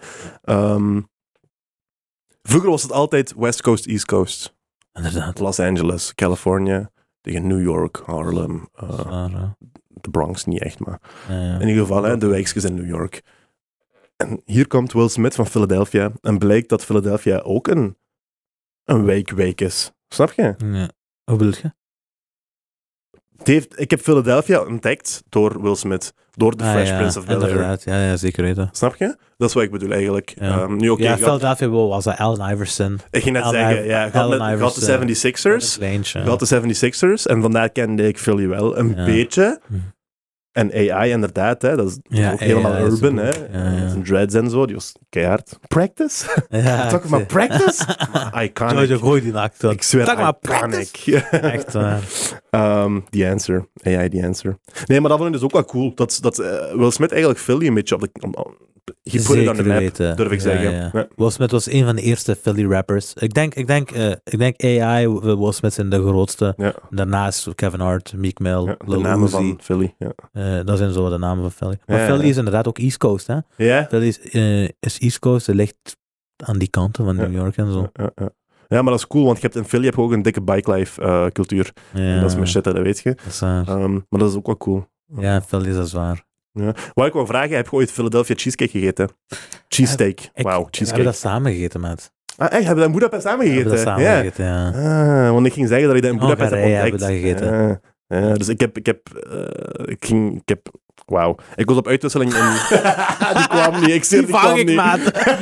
Vroeger was het altijd West Coast, East Coast. Inderdaad. Los Angeles, California, tegen New York, Harlem. Zwaar, ja. De Bronx niet echt, maar Ja. in ieder geval hè, de wijkjes in New York. En hier komt Will Smith van Philadelphia en blijkt dat Philadelphia ook een wijk is. Snap je? Ja. Hoe bedoel je? Ik heb Philadelphia ontdekt door Will Smith, door The Fresh Prince of Bel-Air. Inderdaad, ja, zeker weten. Snap je? Dat is wat ik bedoel eigenlijk. Ja. Nu, oké, Philadelphia was dat Allen Iverson. ik ging net Allen zeggen, ja, je had de 76ers. Lijntje. Je had de 76ers en vandaar kende ik Philly wel een beetje. En AI inderdaad, hè, dat is ook helemaal AI is urban. Hè. ook, ja. Zijn dreads en zo, die was keihard. Practice? Ja, Talk about practice? Iconic. George gooi die naakt. Ik zweer, Talk about iconic. Echt waar. The Answer. AI, The Answer. Nee, maar dat vond ik dus ook wel cool. Dat Will Smith eigenlijk Philly een beetje op de... He put it on the map, weten. durf ik zeggen. Ja. Ja. Will Smith was een van de eerste Philly rappers. Ik denk AI, Will Smith zijn de grootste. Ja. Daarnaast Kevin Hart, Meek Mill, Ja, de Lil namen Uzi. van Philly. Ja. Dat zijn zo de namen van Philly. Maar Ja, Philly ja. is inderdaad ook East Coast, hè? Ja? Philly is East Coast, het ligt aan die kanten van New York en zo. Ja, maar dat is cool, want je hebt in Philly heb je ook een dikke bike life cultuur. Ja, En dat is mijn shit, hè, dat weet je. dat is waar. Maar dat is ook wel cool. Ja, Philly is dat zwaar. Ja. Wat ik wou vragen, heb je ooit Philadelphia cheesecake gegeten? Cheesesteak. Wauw, We hebben cheesecake. dat samen gegeten, maat. Ah, echt? Hebben we dat in Budapest samen We gegeten? hebben dat samen gegeten, ja. Want ik ging zeggen dat ik dat in Budapest heb Hongarije ontdekt. hebben we dat gegeten. Ja, dus ik heb... Wauw. Ik was op uitwisseling in... die kwam niet, ik zie die kwam niet. maat.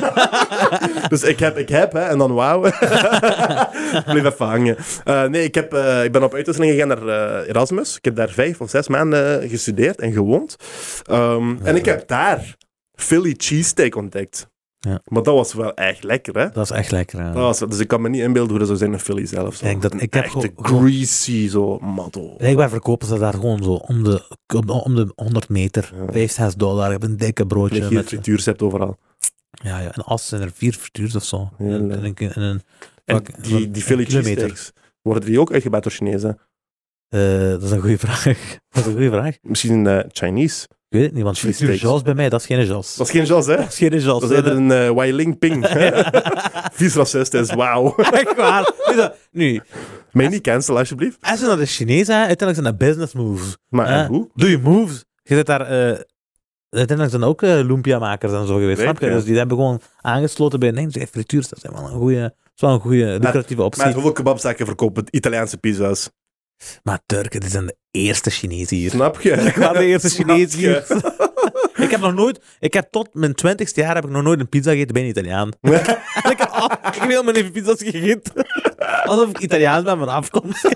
Dus ik heb, hè, en dan wauw. Blijf even hangen. Nee, ik ben op uitwisseling gegaan naar Erasmus. Ik heb daar 5 of 6 maanden gestudeerd en gewoond. En ik heb daar Philly cheesesteak ontdekt. Ja. Maar dat was wel echt lekker, hè? Dat is echt lekker. Ja. Dus ik kan me niet inbeelden hoe dat zou zijn in Philly zelf. Zo. Ik denk dat- ik heb Echte gewoon- greasy, zo, matto. Blijkbaar verkopen ze daar gewoon zo om de 100 meter. Ja. $5-6. Ik heb een dikke broodje. Dat je Met, frituurrecept overal. ja. En als zijn er 4 frituurs of zo. Ja, in leuk. een En pak- die Philly kilometer. cheesesteaks, worden die ook uitgebaat door Chinezen? Dat is een goede vraag. Dat is een goede vraag. Misschien Chinese? Ik weet het niet, want Cheesesteaks. frituur Jos bij mij, dat is geen Jos. Dat is geen Jos, hè? Dat is geen Jos. Dat is eerder een Wai Ling Ping. Vies racist is, wauw. Echt waar. Nu, Mij niet cancelen, alsjeblieft. als je naar de Chinezen, uiteindelijk zijn dat business moves. Maar en hoe? Doe je moves. Je zit daar... uiteindelijk zijn ook lumpia-makers en zo geweest, Weet snap je? je. Dus die hebben gewoon aangesloten bij... Nee, frituurs, dat is wel een goede lucratieve optie. Maar hoeveel kebabzaken verkopen Italiaanse pizza's? Maar Turken, die zijn de eerste Chinezen hier. Snap je? Ik was de eerste Snap Chinees je? hier. Ik heb tot mijn 20ste jaar heb ik nog nooit een pizza gegeten bij een Italiaan. ik heb helemaal niet pizza's gegeten. Alsof ik Italiaans ben van afkomst.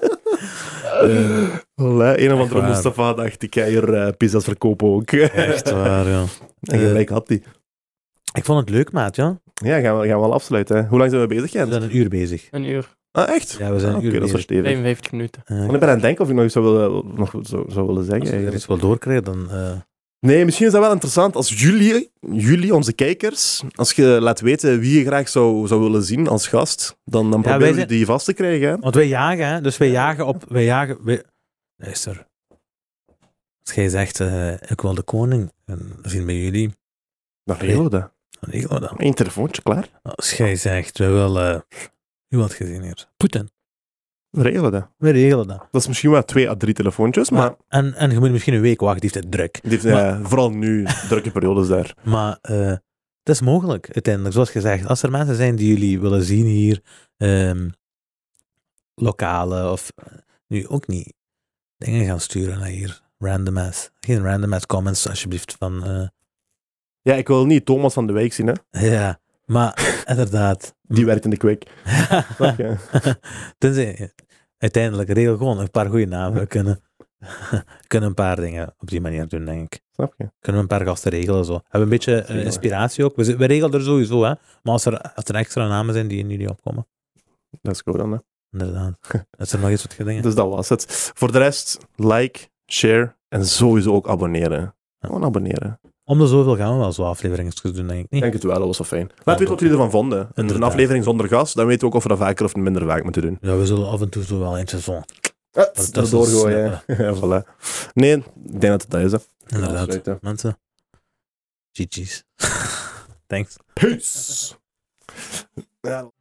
Een of andere waar. Mustafa dacht, ik ga hier pizza's verkopen ook. Echt waar, ja. En gelijk had die. Ik vond het leuk, maat, ja. Ja, gaan we al afsluiten. Hè. Hoe lang zijn we bezig, We Jens? zijn een uur bezig. Een uur, Ah, echt? Ja, we zijn een Oké, uur dat is wel bezig. stevig. 55 minuten. Want ik ben aan het denken of ik nog iets zou willen zeggen. Als je er Eigenlijk. iets wil doorkrijgen, dan... Nee, misschien is dat wel interessant als jullie, onze kijkers, als je laat weten wie je graag zou willen zien als gast, dan wij proberen we zijn- die vast te krijgen. Hè? Want wij jagen, hè. Dus wij jagen op... Luister. Als jij zegt, ik wil de koning zien bij jullie, Dan regelen we dat. dan regelen we dat. Eén telefoontje, klaar. Als jij zegt, we willen... U had gezien hier. Poetin. We regelen dat. We regelen dat. Dat is misschien wel 2 à 3 telefoontjes, maar En je moet misschien een week wachten, die heeft het druk. die heeft, vooral nu, drukke periodes daar. Maar het is mogelijk, uiteindelijk. Zoals gezegd, als er mensen zijn die jullie willen zien hier, lokale of nu ook niet dingen gaan sturen naar hier. Random ass. Geen random ass comments, alsjeblieft. Van, Ja, ik wil niet Thomas van de Wijk zien, hè. ja, maar inderdaad. Die werkt in de kwik. Snap je? Tenzij, uiteindelijk regel gewoon een paar goede namen. We kunnen een paar dingen op die manier doen, denk ik. Snap je? Kunnen we een paar gasten regelen zo. Hebben een beetje inspiratie ook. We regelen er sowieso, hè. Maar als er extra namen zijn die niet opkomen. Dat is goed dan, hè. Inderdaad. Is er nog iets wat je denkt? Dus dat was het. Voor de rest, like, share en sowieso ook abonneren. Gewoon abonneren. Om de zoveel gaan we wel zo afleveringen doen, denk ik Ik niet. denk het wel, dat was wel fijn. Laat weten wat jullie ervan vonden. Een aflevering zonder gast, dan weten we ook of we dat vaker of minder vaak moeten doen. Ja, we zullen af en toe zo wel eentje zo. Dat is doorgooien. Ja, voilà. Nee, ik denk dat het dat is. Hè. Inderdaad. Afsluiten. Mensen. GG's. Thanks. Peace. Ja.